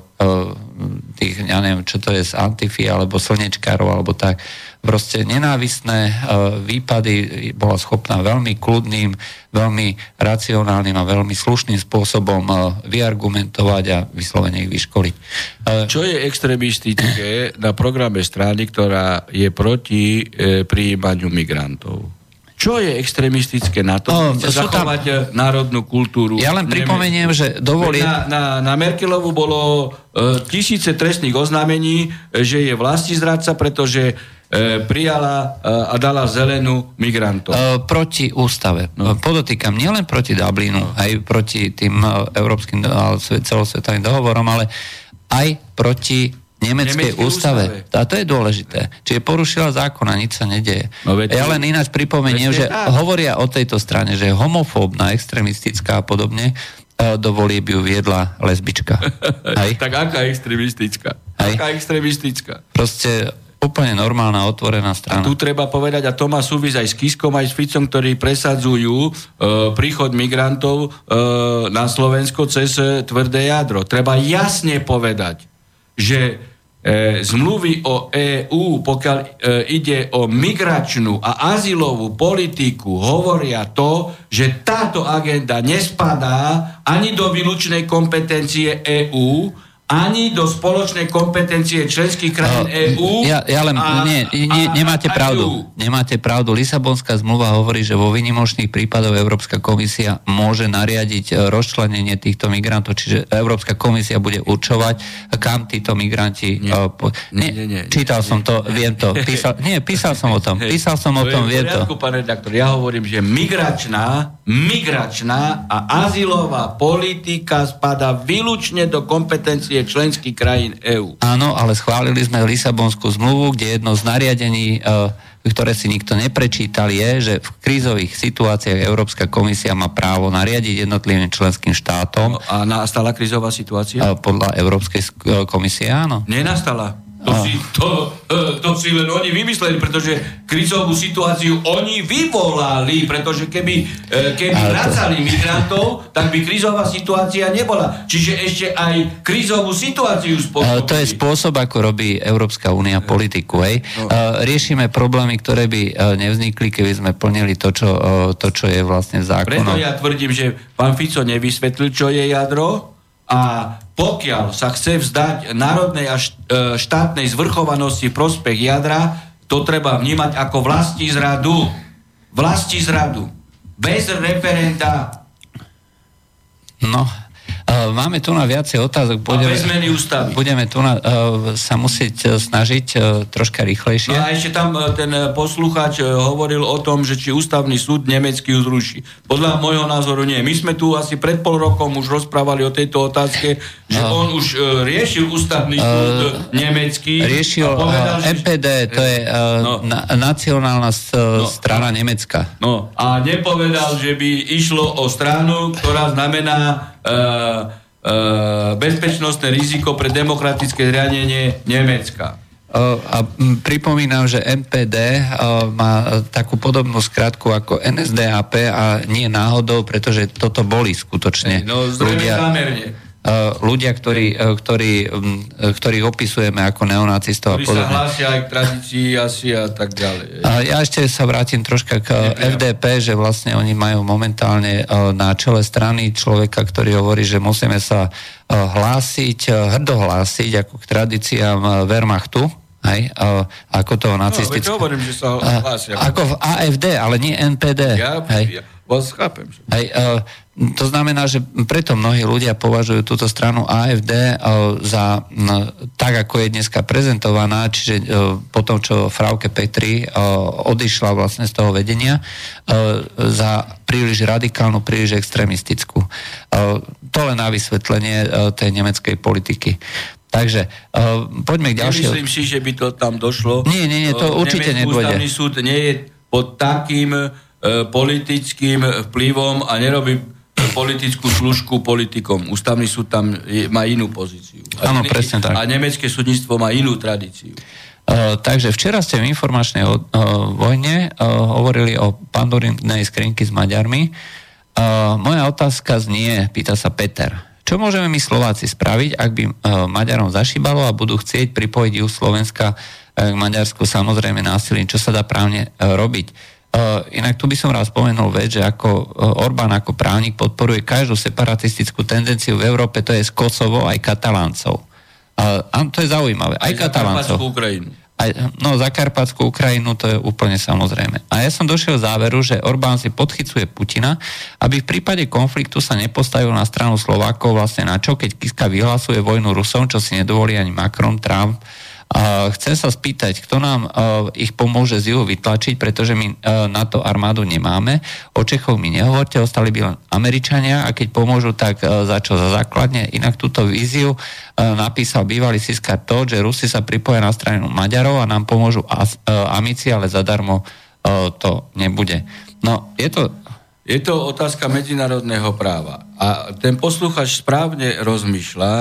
tých, ja neviem, čo to je z Antify, alebo slnečkárov, alebo tak. Proste nenávistné výpady bola schopná veľmi kľudným, veľmi racionálnym a veľmi slušným spôsobom vyargumentovať a vyslovene ich vyškoliť. Čo je extrémistické na programe strany, ktorá je proti e, prijímaniu migrantov? Čo je extrémistické na to, no, zachovať tam národnú kultúru? Ja len pripomeniem, že dovolie... Na, na, na Merkelovu bolo e, tisíce trestných oznámení, e, že je vlastizradca, pretože e, prijala e, a dala zelenú migrantov. E, proti ústave. No. Podotýkam, nielen proti Dublinu, no. aj proti tým e, európskym celosvetovým dohovorom, ale aj proti nemeckej ústave. ústave. A to je dôležité. Čiže porušila zákon a nič sa nedeje. No, ja len ináč pripomeniem, že tá. hovoria o tejto strane, že je homofóbna, extrémistická a podobne, do volieb ju viedla lesbička. Tak aká extrémistická? Aj? Aká extrémistická? Proste úplne normálna, otvorená strana. A tu treba povedať, a to má súvis aj s Kiskom, aj s Ficom, ktorí presadzujú e, príchod migrantov e, na Slovensko cez tvrdé jadro. Treba jasne povedať, že E, zmluvy o é ú, pokiaľ e, ide o migračnú a azylovú politiku, hovoria to, že táto agenda nespadá ani do výlučnej kompetencie é ú, ani do spoločnej kompetencie členských krajín é ú. Ja, ja len, a, nie, nie, nemáte a, pravdu. A nemáte pravdu. Lisabonská zmluva hovorí, že vo výnimočných prípadoch Európska komisia môže nariadiť rozčlenenie týchto migrantov, čiže Európska komisia bude určovať, kam títo migranti... Nie, po, nie, nie, nie, čítal nie, som to, nie, viem to. Písal, nie, písal som o tom. Písal som o tom, viem to. Pán redaktor, ja hovorím, že migračná, migračná a azylová politika spadá výlučne do kompetencie členských krajín é ú. Áno, ale schválili sme Lisabonskú zmluvu, kde jedno z nariadení, ktoré si nikto neprečítal, je, že v krízových situáciách Európska komisia má právo nariadiť jednotlivým členským štátom. A nastala krízová situácia? Podľa Európskej komisie, áno. Nenastala. To si, to, to si len oni vymysleli, pretože krízovú situáciu oni vyvolali, pretože keby, keby vracali migrantov, tak by krízová situácia nebola. Čiže ešte aj krízovú situáciu spôsobili. To je spôsob, ako robí Európska únia politiku. Hej. No. Riešime problémy, ktoré by nevznikli, keby sme plnili to, čo, to, čo je vlastne zákonom. Preto ja tvrdím, že pán Fico nevysvetlil, čo je jadro, a pokiaľ sa chce vzdať národnej a štátnej zvrchovanosti v prospech jadra, to treba vnímať ako vlastizradu. Vlastizradu. Bez referenda. No, uh, máme tu na viacej otázok. Budeme, a bez zmeny ústavy. Budeme tu na, uh, sa musieť snažiť uh, troška rýchlejšie. No a ešte tam uh, ten poslucháč uh, hovoril o tom, že či ústavný súd nemecký ju zruší. Podľa môjho názoru nie. My sme tu asi pred pol rokom už rozprávali o tejto otázke, že uh, on už uh, riešil ústavný uh, súd nemecký. Riešil povedal, uh, em pé dé, to je uh, no. na, nacionálna s, no. strana Nemecka. No a nepovedal, že by išlo o stranu, ktorá znamená Uh, uh, bezpečnostné riziko pre demokratické zriadenie Nemecka. Uh, a m, pripomínam, že em pé dé uh, má takú podobnú skratku ako en es dé á pé a nie náhodou, pretože toto boli skutočne no, ľudia, uh, ľudia, ktorí, uh, ktorí, um, ktorých opisujeme ako neonacistov. Ktorí sa hlásia aj k tradícii asi a tak ďalej. Uh, ja ešte sa vrátim troška k uh, ef dé pé, že vlastne oni majú momentálne uh, na čele strany človeka, ktorý hovorí, že musíme sa uh, hlásiť, uh, hrdo hlásiť ako k tradíciám uh, Wehrmachtu, hej, uh, ako toho nacistického. No, veď hovorím, že sa hlásia. Uh, ako v á ef dé, ale nie en pé dé. Ja, hej. ja vás chápem. Hej, uh, to znamená, že preto mnohí ľudia považujú túto stranu á ef dé uh, za no, tak, ako je dneska prezentovaná, čiže uh, po tom, čo Frauke Petry uh, odišla vlastne z toho vedenia, uh, za príliš radikálnu, príliš extrémistickú. Uh, to len na vysvetlenie uh, tej nemeckej politiky. Takže uh, poďme k ďalšie. Nemyslím si, že by to tam došlo. Nie, nie, nie, to určite nedôjde. Ústavný súd nie je pod takým uh, politickým vplyvom a nerobí politickú služku politikom. Ústavný súd tam je, má inú pozíciu. Áno, presne tak. A nemecké súdnictvo má inú tradíciu. Uh, takže včera ste v informačnej uh, vojne uh, hovorili o Pandorínej skrinky s Maďarmi. Uh, moja otázka znie, pýta sa Peter, čo môžeme my Slováci spraviť, ak by uh, Maďarom zašíbalo a budú chcieť pripojiť ju Slovenska uh, k Maďarsku, samozrejme násilím, čo sa dá právne uh, robiť. Uh, inak tu by som raz spomenul vec, že ako uh, Orbán ako právnik podporuje každú separatistickú tendenciu v Európe, to je z Kosovo aj Kataláncov. A to je zaujímavé. Aj, aj Kataláncov. Aj, no, za Karpatskú Ukrajinu to je úplne samozrejme. A ja som došiel k záveru, že Orbán si podchycuje Putina, aby v prípade konfliktu sa nepostavil na stranu Slovákov vlastne na čo, keď Kiska vyhlasuje vojnu Rusom, čo si nedovolí ani Macron, Trump. Uh, chcem sa spýtať, kto nám uh, ich pomôže z juhu vytlačiť, pretože my uh, na to armádu nemáme. O Čechov mi nehovorte, ostali by len Američania a keď pomôžu, tak uh, za čo? Za základne. Inak túto víziu uh, napísal bývalý Siskar to, že Rusi sa pripoja na stranu Maďarov a nám pomôžu as, uh, amici, ale zadarmo uh, to nebude. No, je to... Je to otázka medzinárodného práva. A ten posluchač správne rozmýšľa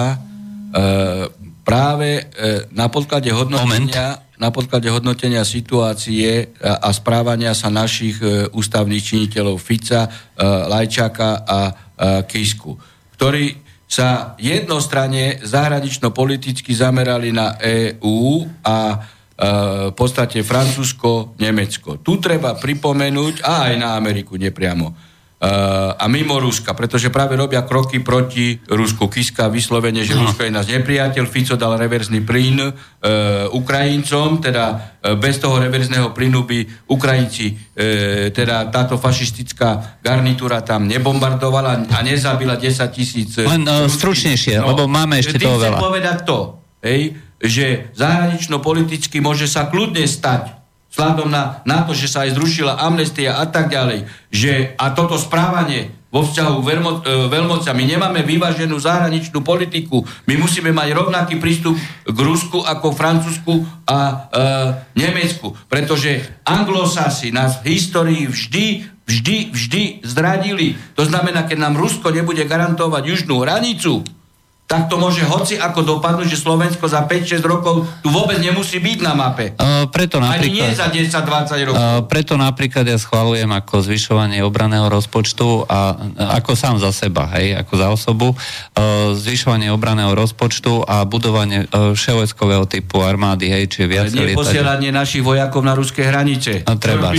uh, práve e, na podklade hodnotenia, na podklade hodnotenia situácie a, a správania sa našich e, ústavných činiteľov Fica, e, Lajčáka a e, Kisku, ktorí sa jednostranne zahranično-politicky zamerali na é ú a e, v podstate Francúzsko, Nemecko. Tu treba pripomenúť, a aj na Ameriku nepriamo, a mimo Ruska, pretože práve robia kroky proti Rusku. Kiska vyslovene, že Rusko je nás nepriateľ, Fico dal reverzný plyn e, Ukrajincom, teda e, bez toho reverzného plynu by Ukrajinci, e, teda táto fašistická garnitúra tam nebombardovala a nezabila desať tisíc. Len uh, stručnejšie, no, lebo máme ešte toho veľa. Chcem povedať to, hej, že zahranično-politicky môže sa kľudne stať, vzhľadom na, na to, že sa aj zrušila amnestia a tak ďalej, že a toto správanie vo vzťahu veľmo, e, veľmoca, my nemáme vyváženú zahraničnú politiku, my musíme mať rovnaký prístup k Rusku ako Francúzsku a e, Nemecku, pretože anglosasi nás v histórii vždy, vždy, vždy zradili. To znamená, keď nám Rusko nebude garantovať južnú hranicu, tak to môže hoci ako dopadnúť, že Slovensko za päť šesť rokov tu vôbec nemusí byť na mape. Uh, preto napríklad, ani nie za desať dvadsať rokov. Uh, preto napríklad ja schvaľujem ako zvyšovanie obranného rozpočtu a ako sám za seba, hej, ako za osobu, uh, zvyšovanie obranného rozpočtu a budovanie uh, vševojskového typu armády, hej, čiže viac lietať. Neposielanie našich vojakov na ruské hranice. A treba.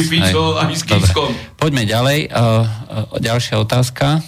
Poďme ďalej. Uh, uh, ďalšia otázka.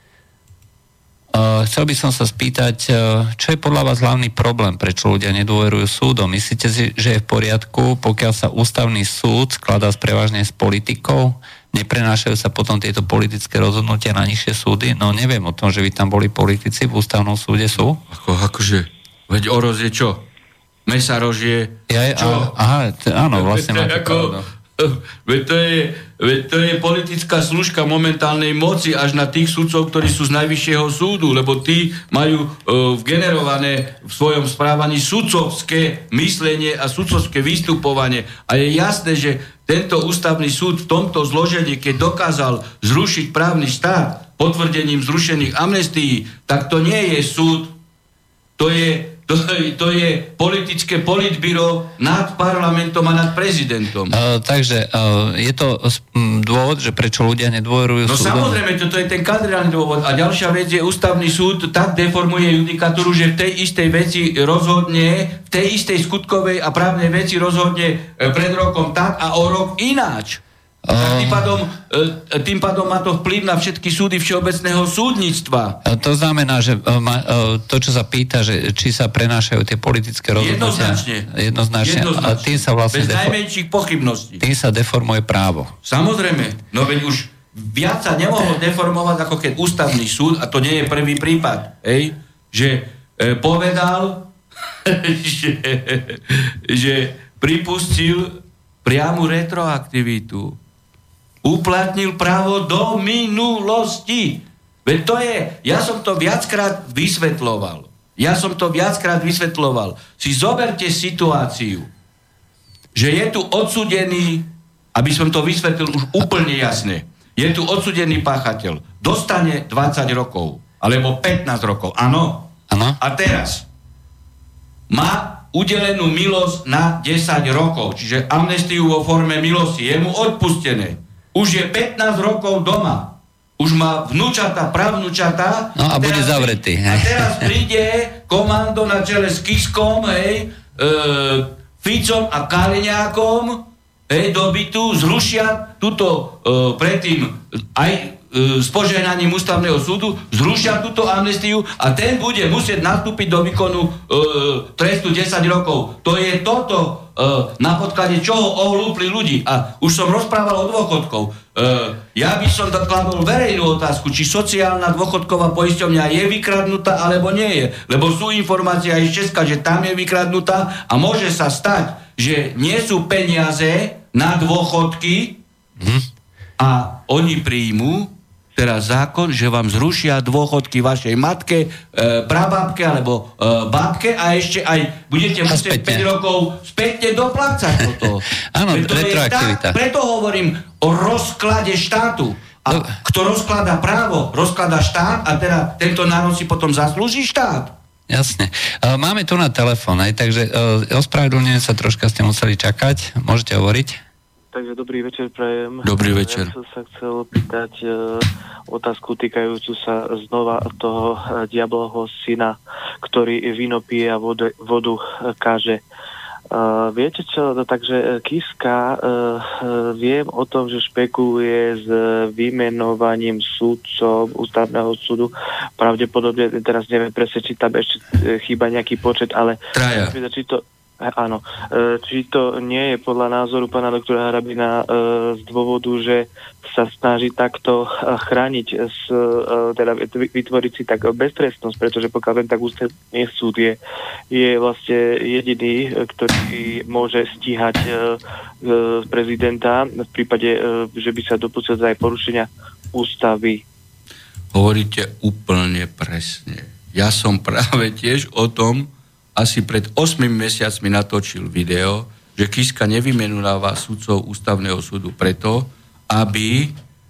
Uh, chcel by som sa spýtať, uh, čo je podľa vás hlavný problém, prečo ľudia nedôverujú súdom? Myslíte si, že je v poriadku, pokiaľ sa ústavný súd skladá prevažne s politikou? Neprenášajú sa potom tieto politické rozhodnutia na nižšie súdy? No neviem o tom, že by tam boli politici v ústavnom súde, sú? Ako, akože, veď Oroz je čo? Mesarož je ja, čo? Aha, t- áno, vlastne máte pravdu. Veď to, je, veď to je politická služka momentálnej moci až na tých sudcov, ktorí sú z najvyššieho súdu, lebo tí majú uh, vgenerované v svojom správaní sudcovské myslenie a sudcovské vystupovanie. A je jasné, že tento ústavný súd v tomto zložení, keď dokázal zrušiť právny štát potvrdením zrušených amnestií, tak to nie je súd, to je To, to je politické politbíro nad parlamentom a nad prezidentom. Uh, takže uh, je to um, dôvod, že prečo ľudia nedôverujú no súdom? No samozrejme, toto je ten kadrálny dôvod. A ďalšia vec je, ústavný súd tak deformuje judikatúru, že v tej istej veci rozhodne, v tej istej skutkovej a právnej veci rozhodne pred rokom tak a o rok ináč. Tak tým pádom, tým pádom má to vplyv na všetky súdy všeobecného súdnictva. To znamená, že to, čo sa pýta, že či sa prenášajú tie politické rozhodnutia. Jednoznačne. Jednoznačne. Jednoznačne. A tým sa vlastne Bez defo- najmenších pochybností. Tým sa deformuje právo. Samozrejme. No veď už viac sa nemohlo deformovať, ako keď ústavný súd, a to nie je prvý prípad, hej, že e, povedal, že, že pripustil priamu retroaktivitu. Uplatnil právo do minulosti. Veď to je, ja som to viackrát vysvetľoval. Ja som to viackrát vysvetľoval. Si zoberte situáciu, že je tu odsúdený, aby som to vysvetlil už úplne jasne, je tu odsúdený páchateľ, dostane dvadsať rokov, alebo pätnásť rokov, áno. Áno. A teraz má udelenú milosť na desať rokov, čiže amnestiu vo forme milosti. Je mu odpustené. Už je pätnásť rokov doma. Už má vnúčata, pravnúčata. No a bude zavretý. A teraz príde komando na čele s Kiskom, hej, e, Ficom a Kaliňákom, hej, do bytu, zrušia túto e, predtým aj s požehnaním ústavného súdu, zrušia túto amnestiu a ten bude musieť nastúpiť do výkonu e, trestu desať rokov. To je toto, e, na podklade čoho ohlúpli ľudí. A už som rozprával o dôchodkov. E, ja by som kladol verejnú otázku, či sociálna dôchodková poisťovňa je vykradnutá, alebo nie je. Lebo sú informácie aj z Česka, že tam je vykradnutá a môže sa stať, že nie sú peniaze na dôchodky hm. a oni príjmú teraz zákon, že vám zrušia dôchodky vašej matke, e, prababke alebo e, babke a ešte aj budete musieť päť rokov spätne doplácať toto. Áno, retroaktivita. Preto hovorím o rozklade štátu. A no. Kto rozkladá právo, rozkladá štát a teda tento národ si potom zaslúži štát. Jasne. Máme tu na telefón, aj, takže ospravedlňujem sa, troška ste museli čakať. Môžete hovoriť? Takže dobrý večer prajem. Dobrý večer. Ja som sa chcel pýtať e, otázku týkajúcu sa znova toho e, diablovho syna, ktorý víno pije a vodu, vodu e, káže. E, viete čo? No, takže Kiska, e, e, viem o tom, že špekuluje s vymenovaním súdcov ústavného súdu. Pravdepodobne, teraz neviem presne, či tam ešte e, chýba nejaký počet, ale... Traja. Či to... Áno. Či to nie je podľa názoru pána doktora Harabina z dôvodu, že sa snaží takto chrániť, teda vytvoriť si tak beztrestnosť, pretože pokiaľ len tak ústavný súd je, je vlastne jediný, ktorý môže stíhať prezidenta v prípade, že by sa dopustil aj porušenia ústavy. Hovoríte úplne presne. Ja som práve tiež o tom asi pred ôsmimi mesiacmi natočil video, že Kiska nevymenúva sudcov ústavného súdu preto, aby e,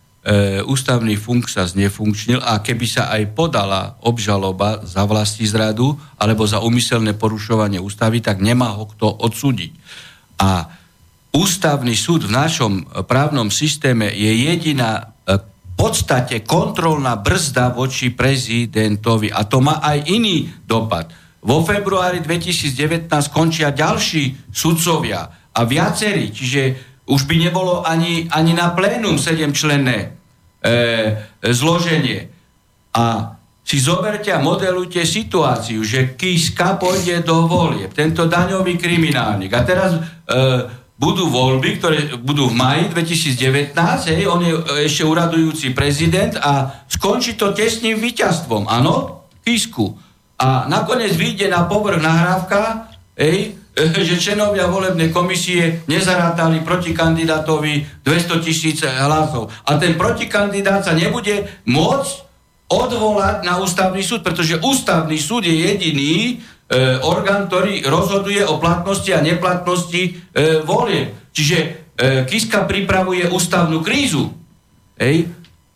ústavný funk sa znefunkčnil a keby sa aj podala obžaloba za vlastizradu alebo za úmyselné porušovanie ústavy, tak nemá ho kto odsúdiť. A ústavný súd v našom právnom systéme je jediná e, v podstate kontrolná brzda voči prezidentovi a to má aj iný dopad. Vo februári dvetisícdevätnásť končia ďalší sudcovia a viacerí, čiže už by nebolo ani, ani na plénum sedemčlenné e, zloženie. A si zoberte a modelujte situáciu, že Kiska pôjde do volieb, tento daňový kriminálnik. A teraz e, budú voľby, ktoré budú v máji dvetisícdevätnásť, hej, on je ešte uradujúci prezident a skončí to tesným víťazstvom, áno, Kisku. A nakoniec vyjde na povrch nahrávka, ej, že členovia volebnej komisie nezarátali proti kandidátovi dvestotisíc hlasov. A ten protikandidát sa nebude môcť odvolať na ústavný súd, pretože ústavný súd je jediný e, orgán, ktorý rozhoduje o platnosti a neplatnosti e, volieb. Čiže e, Kiska pripravuje ústavnú krízu. Ej.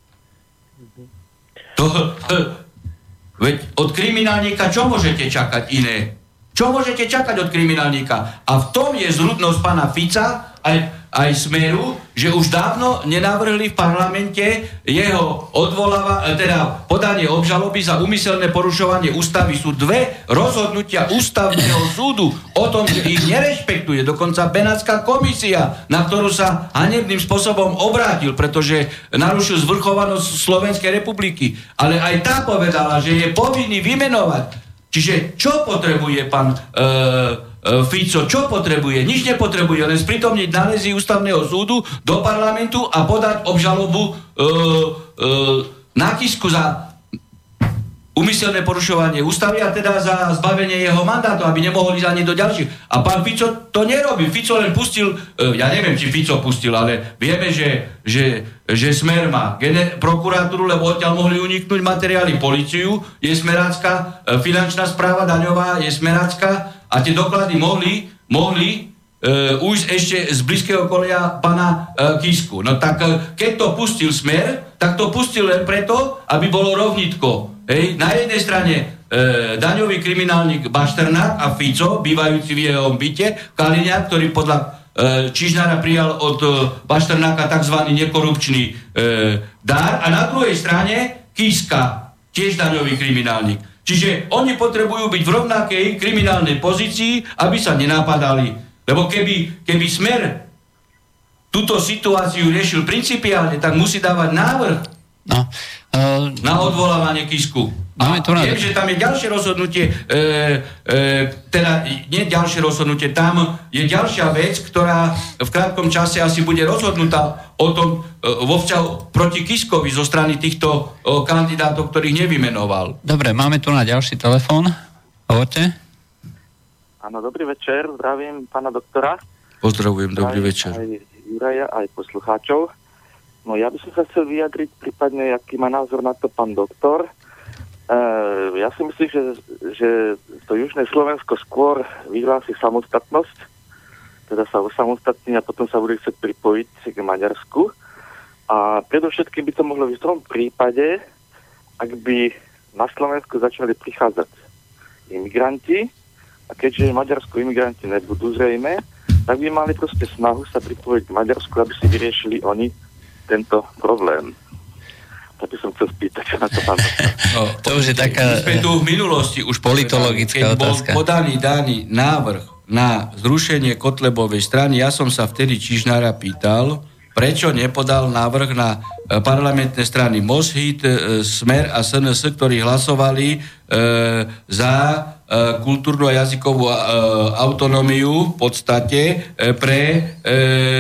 To... E, Veď od kriminálnika čo môžete čakať iné? Čo môžete čakať od kriminálnika? A v tom je zrudnosť pána Fica aj, aj Smeru, že už dávno nenavrhli v parlamente jeho odvoláva, teda podanie obžaloby za úmyselné porušovanie ústavy. Sú dve rozhodnutia ústavného súdu o tom, že ich nerešpektuje. Dokonca Benátska komisia, na ktorú sa hanebným spôsobom obrátil, pretože narušil zvrchovanosť Slovenskej republiky. Ale aj tá povedala, že je povinný vymenovať. Čiže čo potrebuje pán e, e, Fico? Čo potrebuje? Nič nepotrebuje, len sprítomniť nálezy ústavného súdu do parlamentu a podať obžalobu e, e, na Kisku za úmyselné porušovanie ústavy a teda za zbavenie jeho mandátu, aby nemohol ísť ani do ďalších. A pán Fico to nerobí. Fico len pustil, e, ja neviem, či Fico pustil, ale vieme, že, že, že Smer má gener- prokuratúru, lebo odtiaľ mohli uniknúť materiály, políciu je smerácka, e, finančná správa daňová je smerácka a tie doklady mohli, mohli e, ujsť ešte z blízkeho okolia pána e, Kisku. No tak e, keď to pustil Smer, tak to pustil len preto, aby bolo rovnitko. Hej, na jednej strane daňový kriminálnik Bašternák a Fico, bývajúci v jeho byte v Kaliniach, ktorý podľa e, Čižnára prijal od e, Bašternáka tzv. Nekorupčný e, dar a na druhej strane Kiska, tiež daňový kriminálnik. Čiže oni potrebujú byť v rovnakej kriminálnej pozícii, aby sa nenapadali. Lebo keby, keby Smer túto situáciu riešil principiálne, tak musí dávať návrh no, uh, na odvolávanie Kisku. A viem, že tam je ďalšie rozhodnutie, e, e, teda nie ďalšie rozhodnutie, tam je ďalšia vec, ktorá v krátkom čase asi bude rozhodnutá o tom e, vo vzťahu proti Kiskovi zo strany týchto e, kandidátov, ktorých nevymenoval. Dobre, máme tu na ďalší telefón. Hovorte. Áno, dobrý večer, zdravím pána doktora. Pozdravujem, dobrý zdravím večer. Aj Juraja, aj poslucháčov. No ja by som sa chcel vyjadriť prípadne, aký má názor na to pán doktor. Uh, ja si myslím, že, že to južné Slovensko skôr vyhlási samostatnosť, teda sa osamostatní a potom sa bude chcieť pripojiť k Maďarsku. A predovšetkým by to mohlo byť v tom prípade, ak by na Slovensku začali prichádzať imigranti, a keďže v Maďarsku imigranti nebudú zrejme, tak by mali proste snahu sa pripojiť k Maďarsku, aby si vyriešili oni tento problém. Tak by som chcel spýtať na to pán doktor. No, to už je taká... My sme tu v minulosti už politologická otázka. Keď bol podaný daný návrh na zrušenie Kotlebovej strany, ja som sa vtedy Čižnára pýtal, prečo nepodal návrh na parlamentné strany Moshit, Smer a es en es, ktorí hlasovali e, za e, kultúrnu a jazykovú e, autonómiu v podstate e, pre, e,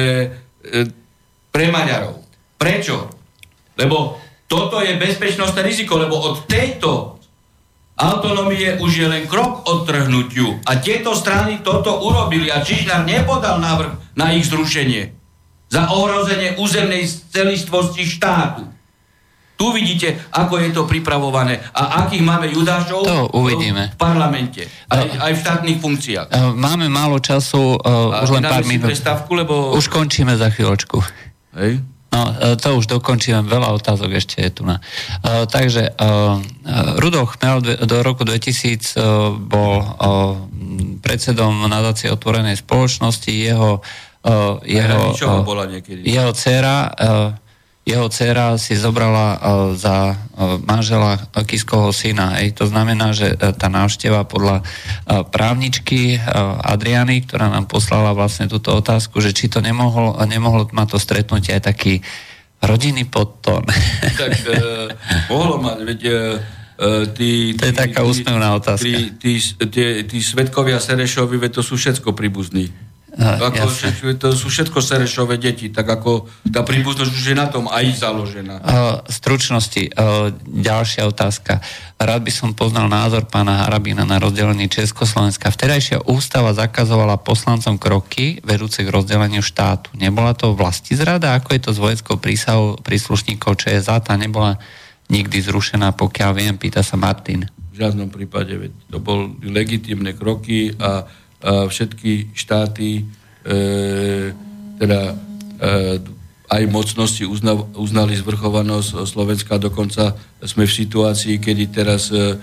e, pre Maďarov. Prečo? Lebo toto je bezpečnostné riziko, lebo od tejto autonómie už je len krok od trhnutiu. A tieto strany toto urobili a Čižnár nepodal návrh na ich zrušenie za ohrozenie územnej celistvosti štátu. Tu vidíte, ako je to pripravované a akých máme judášov to uvidíme. V parlamente, aj, aj v štátnych funkciách. Máme málo času, uh, už len pár minút. Prestávku, lebo... Už končíme za chvíľočku. Hej. No, to už dokončíme, veľa otázok ešte je tu na. Uh, takže uh, Rudolf Chmel do roku dvetisíc uh, bol uh, predsedom nadácie otvorenej spoločnosti, jeho uh, jeho, uh, bola niekedy. jeho dcéra uh, jeho dcéra si zobrala uh, za uh, manžela Kiskovho syna. Hej. To znamená, že uh, tá návšteva podľa uh, právničky uh, Adriany, ktorá nám poslala vlastne túto otázku, že či to nemohol, nemohlo mať to stretnutie aj taký rodinný podtón. Tak uh, mohlo mať, veď uh, tí, to je tí, taká úsmevná otázka. Tí, tí, tí, tí svedkovia Serešovi, veď to sú všetko príbuzní. Ako, to sú všetko Serešové deti, tak ako tá príbuznosť už je na tom aj založená. Uh, stručnosti, uh, ďalšia otázka. Rád by som poznal názor pána Harabina na rozdelenie Československa. Vtedajšia ústava zakazovala poslancom kroky vedúce k rozdeleniu štátu. Nebola to vlastizrada? Ako je to s vojenskou prísahou príslušníkov ČSA? Tá nebola nikdy zrušená, pokiaľ viem, pýta sa Martin. V žiadnom prípade, veď to boli legitímne kroky a a všetky štáty, e, teda e, aj mocnosti uzna, uznali zvrchovanosť Slovenska. Dokonca sme v situácii, kedy teraz e,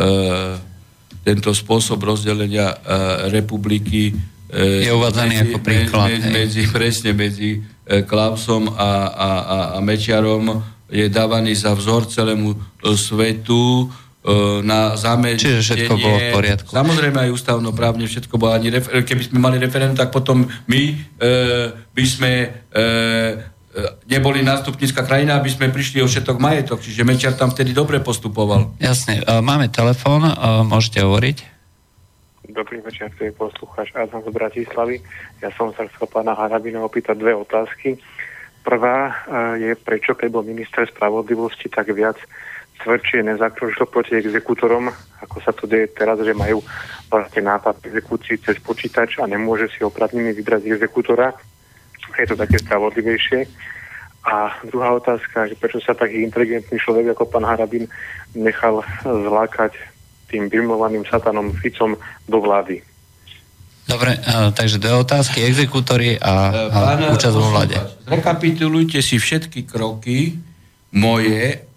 tento spôsob rozdelenia e, republiky e, je uvádzaný ako príklad. Medzi, medzi, presne medzi e, Klausom a, a, a, a Mečiarom je dávaný za vzor celému svetu na zamedenie. Čiže všetko bolo v poriadku. Samozrejme aj ústavnoprávne všetko bolo. Ani refer- keby sme mali referendum, tak potom my e, by sme e, neboli nástupnícka krajina, aby sme prišli o všetok majetok. Čiže Mečiar tam vtedy dobre postupoval. Jasne. Máme telefón, môžete hovoriť. Dobrý večer, tu je poslucháč Adam z Bratislavy. Ja som sa chcel pána Harabina opýtať dve otázky. Prvá je, prečo keď bol minister spravodlivosti, tak viac tvrdšie nezakročil proti exekútorom, ako sa to deje teraz, že majú vlastne nápad exekúcií cez počítač a nemôže si oprávnený vybrať exekútora. Je to také spravodlivejšie. A druhá otázka, že prečo sa taký inteligentný človek ako pán Harabin nechal zlákať tým brimlovaným satanom Ficom do vlády. Dobre, takže dve otázky, exekútory a, a účasť vo vláde. Rekapitulujte si všetky kroky moje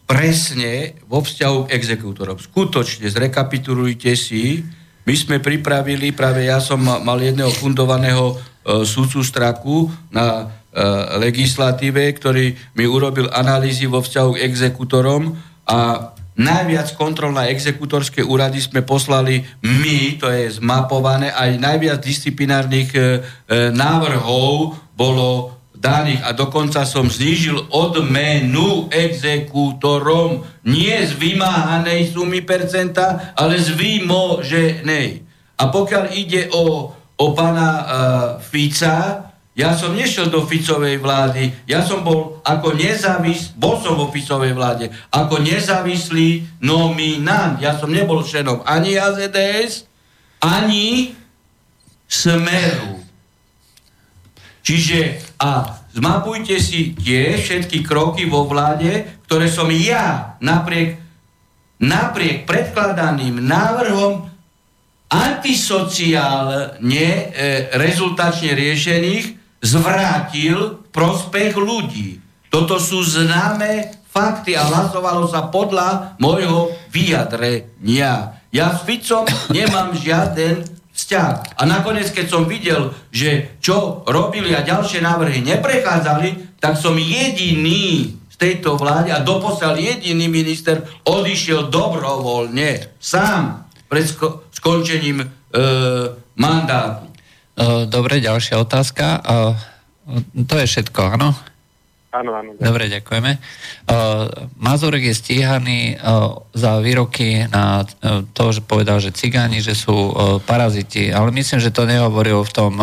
presne vo vzťahu k exekútorom. Skutočne, zrekapitulujte si, my sme pripravili, práve ja som mal jedného fundovaného e, sudcu Straku na e, legislatíve, ktorý mi urobil analýzy vo vzťahu k exekútorom a najviac kontrol na exekútorské úrady sme poslali my, to je zmapované, aj najviac disciplinárnych e, e, návrhov bolo daných a dokonca som znížil odmenu exekútorom nie z vymáhanej sumy percenta, ale z vymoženej. A pokiaľ ide o, o pána uh, Fica, ja som nešiel do Ficovej vlády, ja som bol ako nezávislý, bol som vo Ficovej vláde, ako nezávislý nominant. Ja som nebol členom ani á zet dé es, ani Smeru. Čiže a zmapujte si tie všetky kroky vo vláde, ktoré som ja napriek, napriek predkladaným návrhom antisociálne e, rezultačne riešených zvrátil v prospech ľudí. Toto sú známe fakty a hlasovalo sa podľa môjho vyjadrenia. Ja s Ficom nemám žiaden vzťah. A nakoniec, keď som videl, že čo robili a ďalšie návrhy neprechádzali, tak som jediný z tejto vlády a doposiaľ jediný minister odišiel dobrovoľne, sám, pred sko- skončením e, mandátu. Dobre, ďalšia otázka. To je všetko, áno? Áno, áno. Dobre, ďakujeme. Mazurek je stíhaný za výroky na to, že povedal, že cigáni, že sú paraziti, ale myslím, že to nehovoril v tom,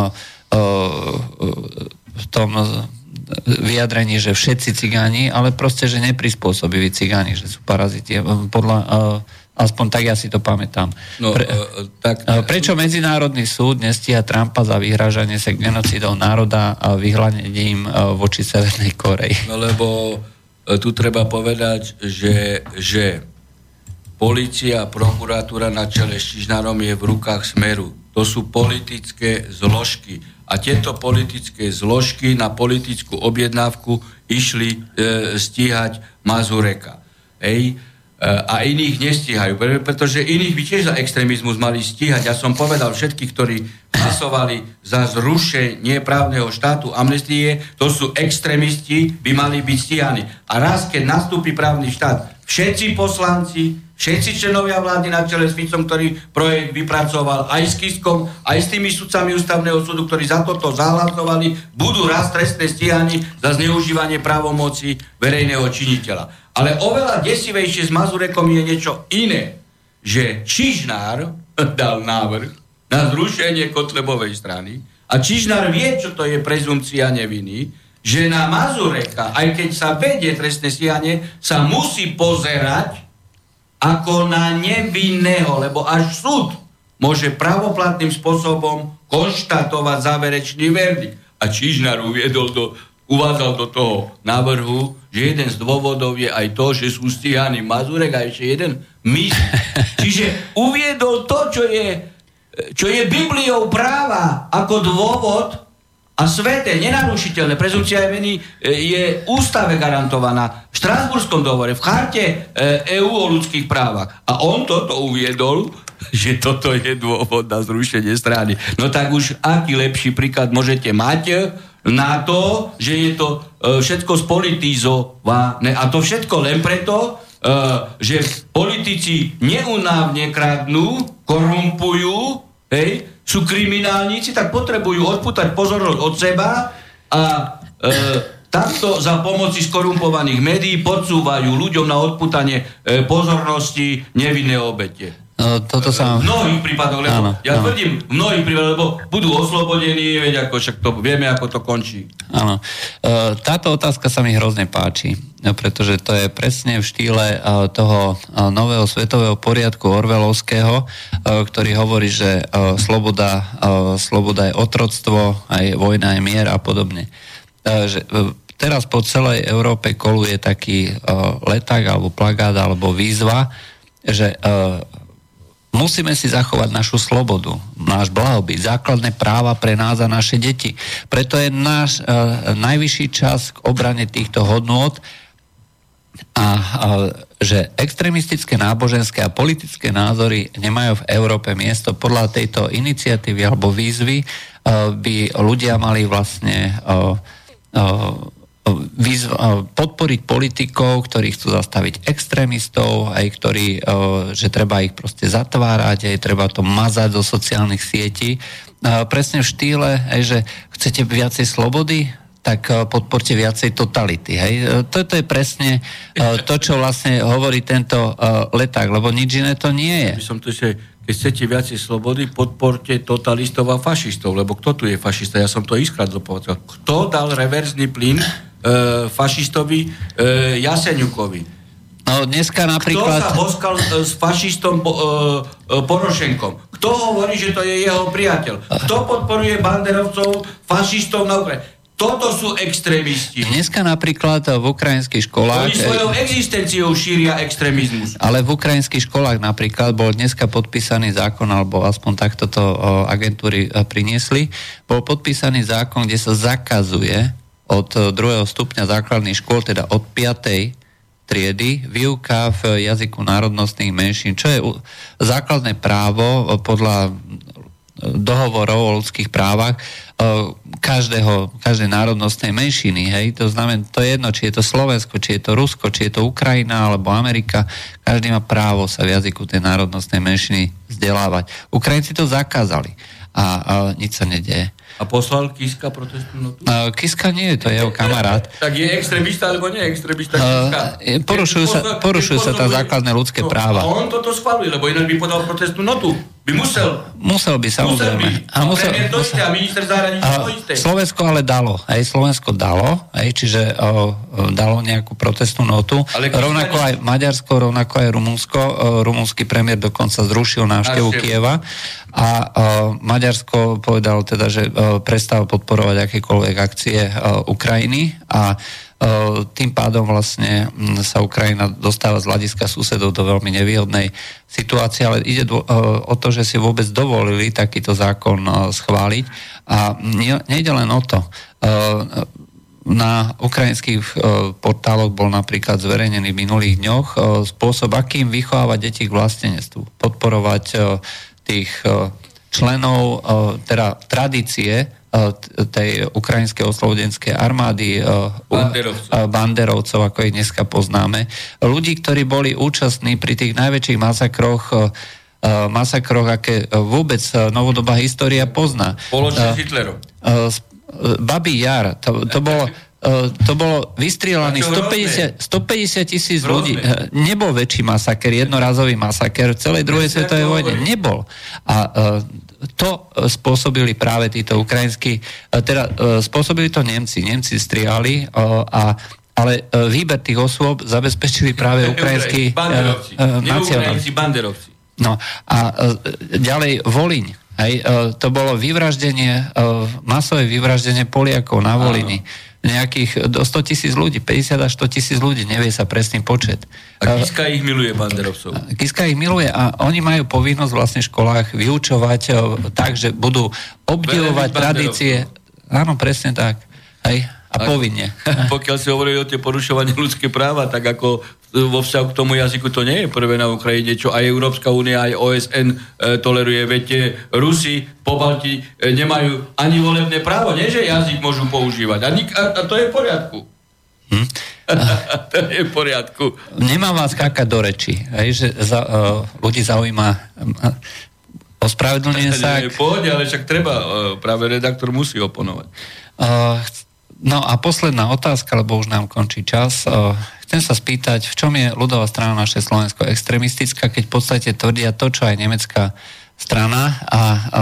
v tom vyjadrení, že všetci cigáni, ale proste, že neprispôsobiví cigáni, že sú paraziti. Podľa, aspoň tak ja si to pamätám. No, Pre, tak, prečo Medzinárodný súd nestíha Trumpa za vyhrážanie sa genocidou národa a vyhľadením voči Severnej Koreji? No lebo tu treba povedať, že, že polícia a prokuratúra na čele s Čižnárom je v rukách Smeru. To sú politické zložky. A tieto politické zložky na politickú objednávku išli e, stíhať Mazureka. Hej? A iných nestíhajú, pretože iných by tiež za extrémizmus mali stíhať. Ja som povedal všetkých, ktorí hlasovali za zrušenie právneho štátu, amnestie, to sú extrémisti, by mali byť stíhaní. A raz, keď nastúpi právny štát, všetci poslanci, všetci členovia vlády na čele s Ficom, ktorý projekt vypracoval, aj s Kiskom, aj s tými sudcami ústavného súdu, ktorí za toto zahlasovali, budú raz trestné stíhaní za zneužívanie právomoci verejného činiteľa. Ale oveľa desivejšie s Mazurekom je niečo iné, že Čižnár dal návrh na zrušenie Kotlebovej strany a Čižnár vie, čo to je prezumcia neviny, že na Mazureka, aj keď sa vedie trestné stíhanie, sa musí pozerať ako na nevinného, lebo až súd môže pravoplatným spôsobom konštatovať záverečný verdikt. A Čižnár uviedol do uvádzal do toho návrhu, že jeden z dôvodov je aj to, že sú stíhaní Mazurek a ešte jeden mis. Čiže uviedol to, čo je, čo je Bibliou práva ako dôvod a sveté, nenarušiteľné. Prezumcia viny je ústave garantovaná v Štrasburskom dohovore, v charte é ú o ľudských právach. A on toto uviedol, že toto je dôvod na zrušenie strany. No tak už aký lepší príklad môžete mať na to, že je to uh, všetko spolitizované. A to všetko len preto, uh, že politici neunávne kradnú, korumpujú, hej, sú kriminálnici, tak potrebujú odpútať pozornosť od seba a uh, takto za pomoci skorumpovaných médií podsúvajú ľuďom na odpútanie uh, pozornosti nevinné obete. No, toto sa... V mnohých prípadoch, lebo áno, ja áno. tvrdím, v mnohých prípadoch, lebo budú oslobodení, veď ako však to vieme, ako to končí. Áno. Táto otázka sa mi hrozne páči, pretože to je presne v štýle toho nového svetového poriadku orwellovského, ktorý hovorí, že sloboda, sloboda je otroctvo, aj vojna je mier a podobne. Že teraz po celej Európe koluje taký leták, alebo plagát, alebo výzva, že musíme si zachovať našu slobodu, náš blahobyt, základné práva pre nás a naše deti. Preto je náš e, najvyšší čas k obrane týchto hodnôt a, a že extrémistické náboženské a politické názory nemajú v Európe miesto. Podľa tejto iniciatívy alebo výzvy uh, by ľudia mali vlastne uh, uh, podporiť politikov, ktorí chcú zastaviť extrémistov, aj ktorí, že treba ich proste zatvárať, aj treba to mazať zo sociálnych sietí. Presne v štýle, aj, že chcete viacej slobody, tak podporte viacej totality. Hej. Toto je presne to, čo vlastne hovorí tento leták, lebo nič iné to nie je. By som to ešte, keď chcete viacej slobody, podporte totalistov a fašistov, lebo kto tu je fašista? Ja som to iskrát dopovedal. Kto dal reverzný plyn E, fašistovi e, Jaseňukovi? No dneska napríklad... Kto sa boskal e, s fašistom e, e, Porošenkom? Kto hovorí, že to je jeho priateľ? Kto podporuje banderovcov, fašistov na Ukrajine? Toto sú extrémisti. Dneska napríklad v ukrajinských školách... Oni svojou existenciou šíria extrémizmus. Ale v ukrajinských školách napríklad bol dneska podpísaný zákon, alebo aspoň takto to agentúry priniesli, bol podpísaný zákon, kde sa zakazuje od druhého stupňa základných škôl, teda od piatej triedy, výuka v jazyku národnostných menšín, čo je základné právo podľa dohovorov o ľudských právach každého, každej národnostnej menšiny. Hej? To znamená, to je jedno, či je to Slovensko, či je to Rusko, či je to Ukrajina alebo Amerika. Každý má právo sa v jazyku tej národnostnej menšiny vzdelávať. Ukrajinci to zakázali a, a nič sa nedieje. A poslal Kiska protestnú notu? Uh, Kiska nie, to je jeho kamarát. Tak je extrémista, alebo nie je extrémista Kiska? Uh, porušujú sa, porušujú sa tam základné ľudské no, práva. A on toto schváluje, lebo inak by podal protestnú notu. By musel. Musel by, samozrejme. Musel by. A, musel, premiér to isté, a minister zahraničia to isté. Slovensko ale dalo. Aj Slovensko dalo, aj, čiže o, dalo nejakú protestnú notu. Ale rovnako aj Maďarsko, rovnako aj Rumunsko. O, rumunský premiér dokonca zrušil návštevu Kieva. A o, Maďarsko povedalo teda, že o, prestal podporovať akékoľvek akcie o, Ukrajiny a tým pádom vlastne sa Ukrajina dostáva z hľadiska susedov do veľmi nevýhodnej situácie, ale ide o to, že si vôbec dovolili takýto zákon schváliť a nejde len o to. Na ukrajinských portáloch bol napríklad zverejnený v minulých dňoch spôsob, akým vychovávať deti k vlastenectvu, podporovať tých členov, teda tradície tej ukrajinskej oslobodenskej armády banderovcov. banderovcov, ako ich dneska poznáme. Ľudí, ktorí boli účastní pri tých najväčších masakroch, masakroch, aké vôbec novodobá história pozná. Spoločne s Hitlerom. Babí Jar, to, to bolo to bolo vystrielaných stopäťdesiat tisíc ľudí. Nebol väčší masaker, jednorazový masaker v celej druhej svetovej vojne. Nebol. A to spôsobili práve títo ukrajinskí, teda spôsobili to Nemci. Nemci strieľali, a, ale výber tých osôb zabezpečili práve ukrajinskí nacionalisti. Banderovci. No a ďalej Volyň. Hej, to bolo vyvraždenie, masové vyvraždenie Poliakov na Volyni. Nejakých do sto tisíc ľudí, päťdesiat až sto tisíc ľudí, nevie sa presný počet. A Kiska ich miluje, banderovcov. Kiska ich miluje a oni majú povinnosť vlastne v školách vyučovať tak, že budú obdivovať tradície. Áno, presne tak. Hej. A povinne. Pokiaľ si hovorili o tie porušovanie ľudské práva, tak ako vo vzťahu k tomu jazyku to nie je prvé na Ukrajine, čo aj Európska únia, aj O S N e, toleruje. Viete, Rusi po Balti e, nemajú ani volebné právo, nie že jazyk môžu používať. A, nik- a, a to je v poriadku. Hm? To je v poriadku. Nemám vás skákať do reči. Hej, že za, uh, ľudí zaujíma uh, ospravedlnenie sa. Nie, pohode, ale však treba, uh, práve redaktor musí oponovať. Uh, No a posledná otázka, lebo už nám končí čas. Chcem sa spýtať, v čom je ľudová strana naše Slovensko extrémistická, keď v podstate tvrdia to, čo aj nemecká strana a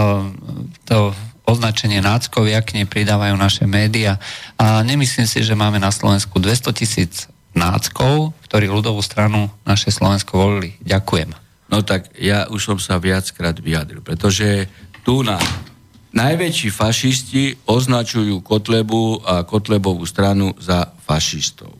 to označenie náckovia k nej pridávajú naše médiá. A nemyslím si, že máme na Slovensku dvesto tisíc náckov, ktorí ľudovú stranu naše Slovensko volili. Ďakujem. No tak ja už som sa viackrát vyjadril, pretože tu na najväčší fašisti označujú Kotlebu a Kotlebovú stranu za fašistov.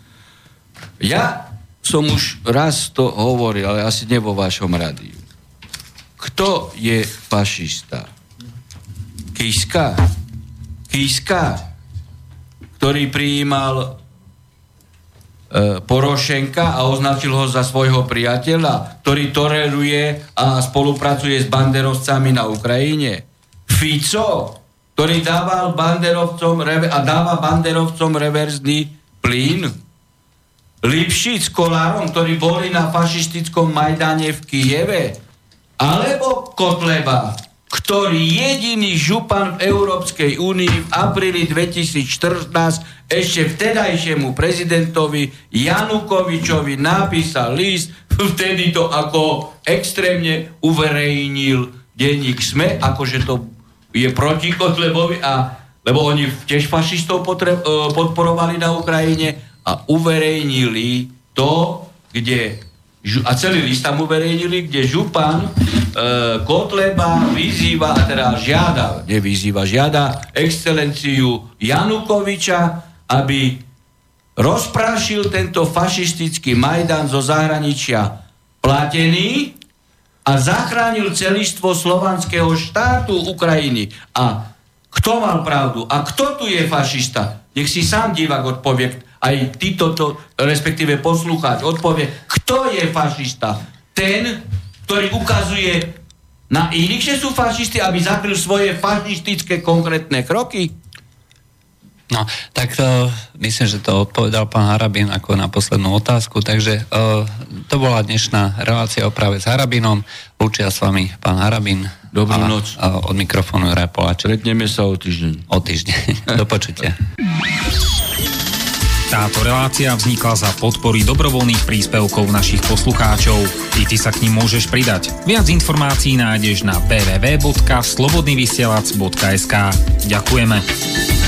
Ja som už raz to hovoril, ale asi nie vo vašom rádiu. Kto je fašista? Kiska? Kiska, ktorý prijímal Porošenka a označil ho za svojho priateľa, ktorý toleruje a spolupracuje s banderovcami na Ukrajine. Fico, ktorý dával banderovcom a dáva banderovcom reverzný plyn. Lipšic s Kolárom, ktorí boli na fašistickom Majdane v Kyjeve. Alebo Kotleba, ktorý jediný župan v Európskej únii v apríli dvetisícštrnásť ešte vtedajšiemu prezidentovi Janukovičovi napísal list, vtedy to ako extrémne uverejnil denník SME, akože to je proti Kotlebovi, a, lebo oni tiež fašistov potre, podporovali na Ukrajine, a uverejnili to, kde, a celý list tam uverejnili, kde župan e, Kotleba vyzýva, a teda žiada, nevyzýva, žiada excelenciu Janukoviča, aby rozprášil tento fašistický Majdan zo zahraničia platený a zachránil celistvo slovanského štátu Ukrajiny. A kto mal pravdu? A kto tu je fašista? Nech si sám divák odpovie, aj títo, to, respektíve poslucháč, odpovie, kto je fašista? Ten, ktorý ukazuje na iných, že sú fašisti, aby zakryl svoje fašistické konkrétne kroky? No, tak to, myslím, že to odpovedal pán Harabin ako na poslednú otázku, takže uh, to bola dnešná relácia o práve s Harabinom. Lúčia s vami pán Harabin. Dobrú a, noc. A od mikrofónu Juraj Poláček. Stretneme sa o týždeň. O týždeň. Do počutia. Táto relácia vznikla za podpory dobrovoľných príspevkov našich poslucháčov. I ty sa k nim môžeš pridať. Viac informácií nájdeš na w w w bodka slobodnyvysielac bodka es ka. Ďakujeme.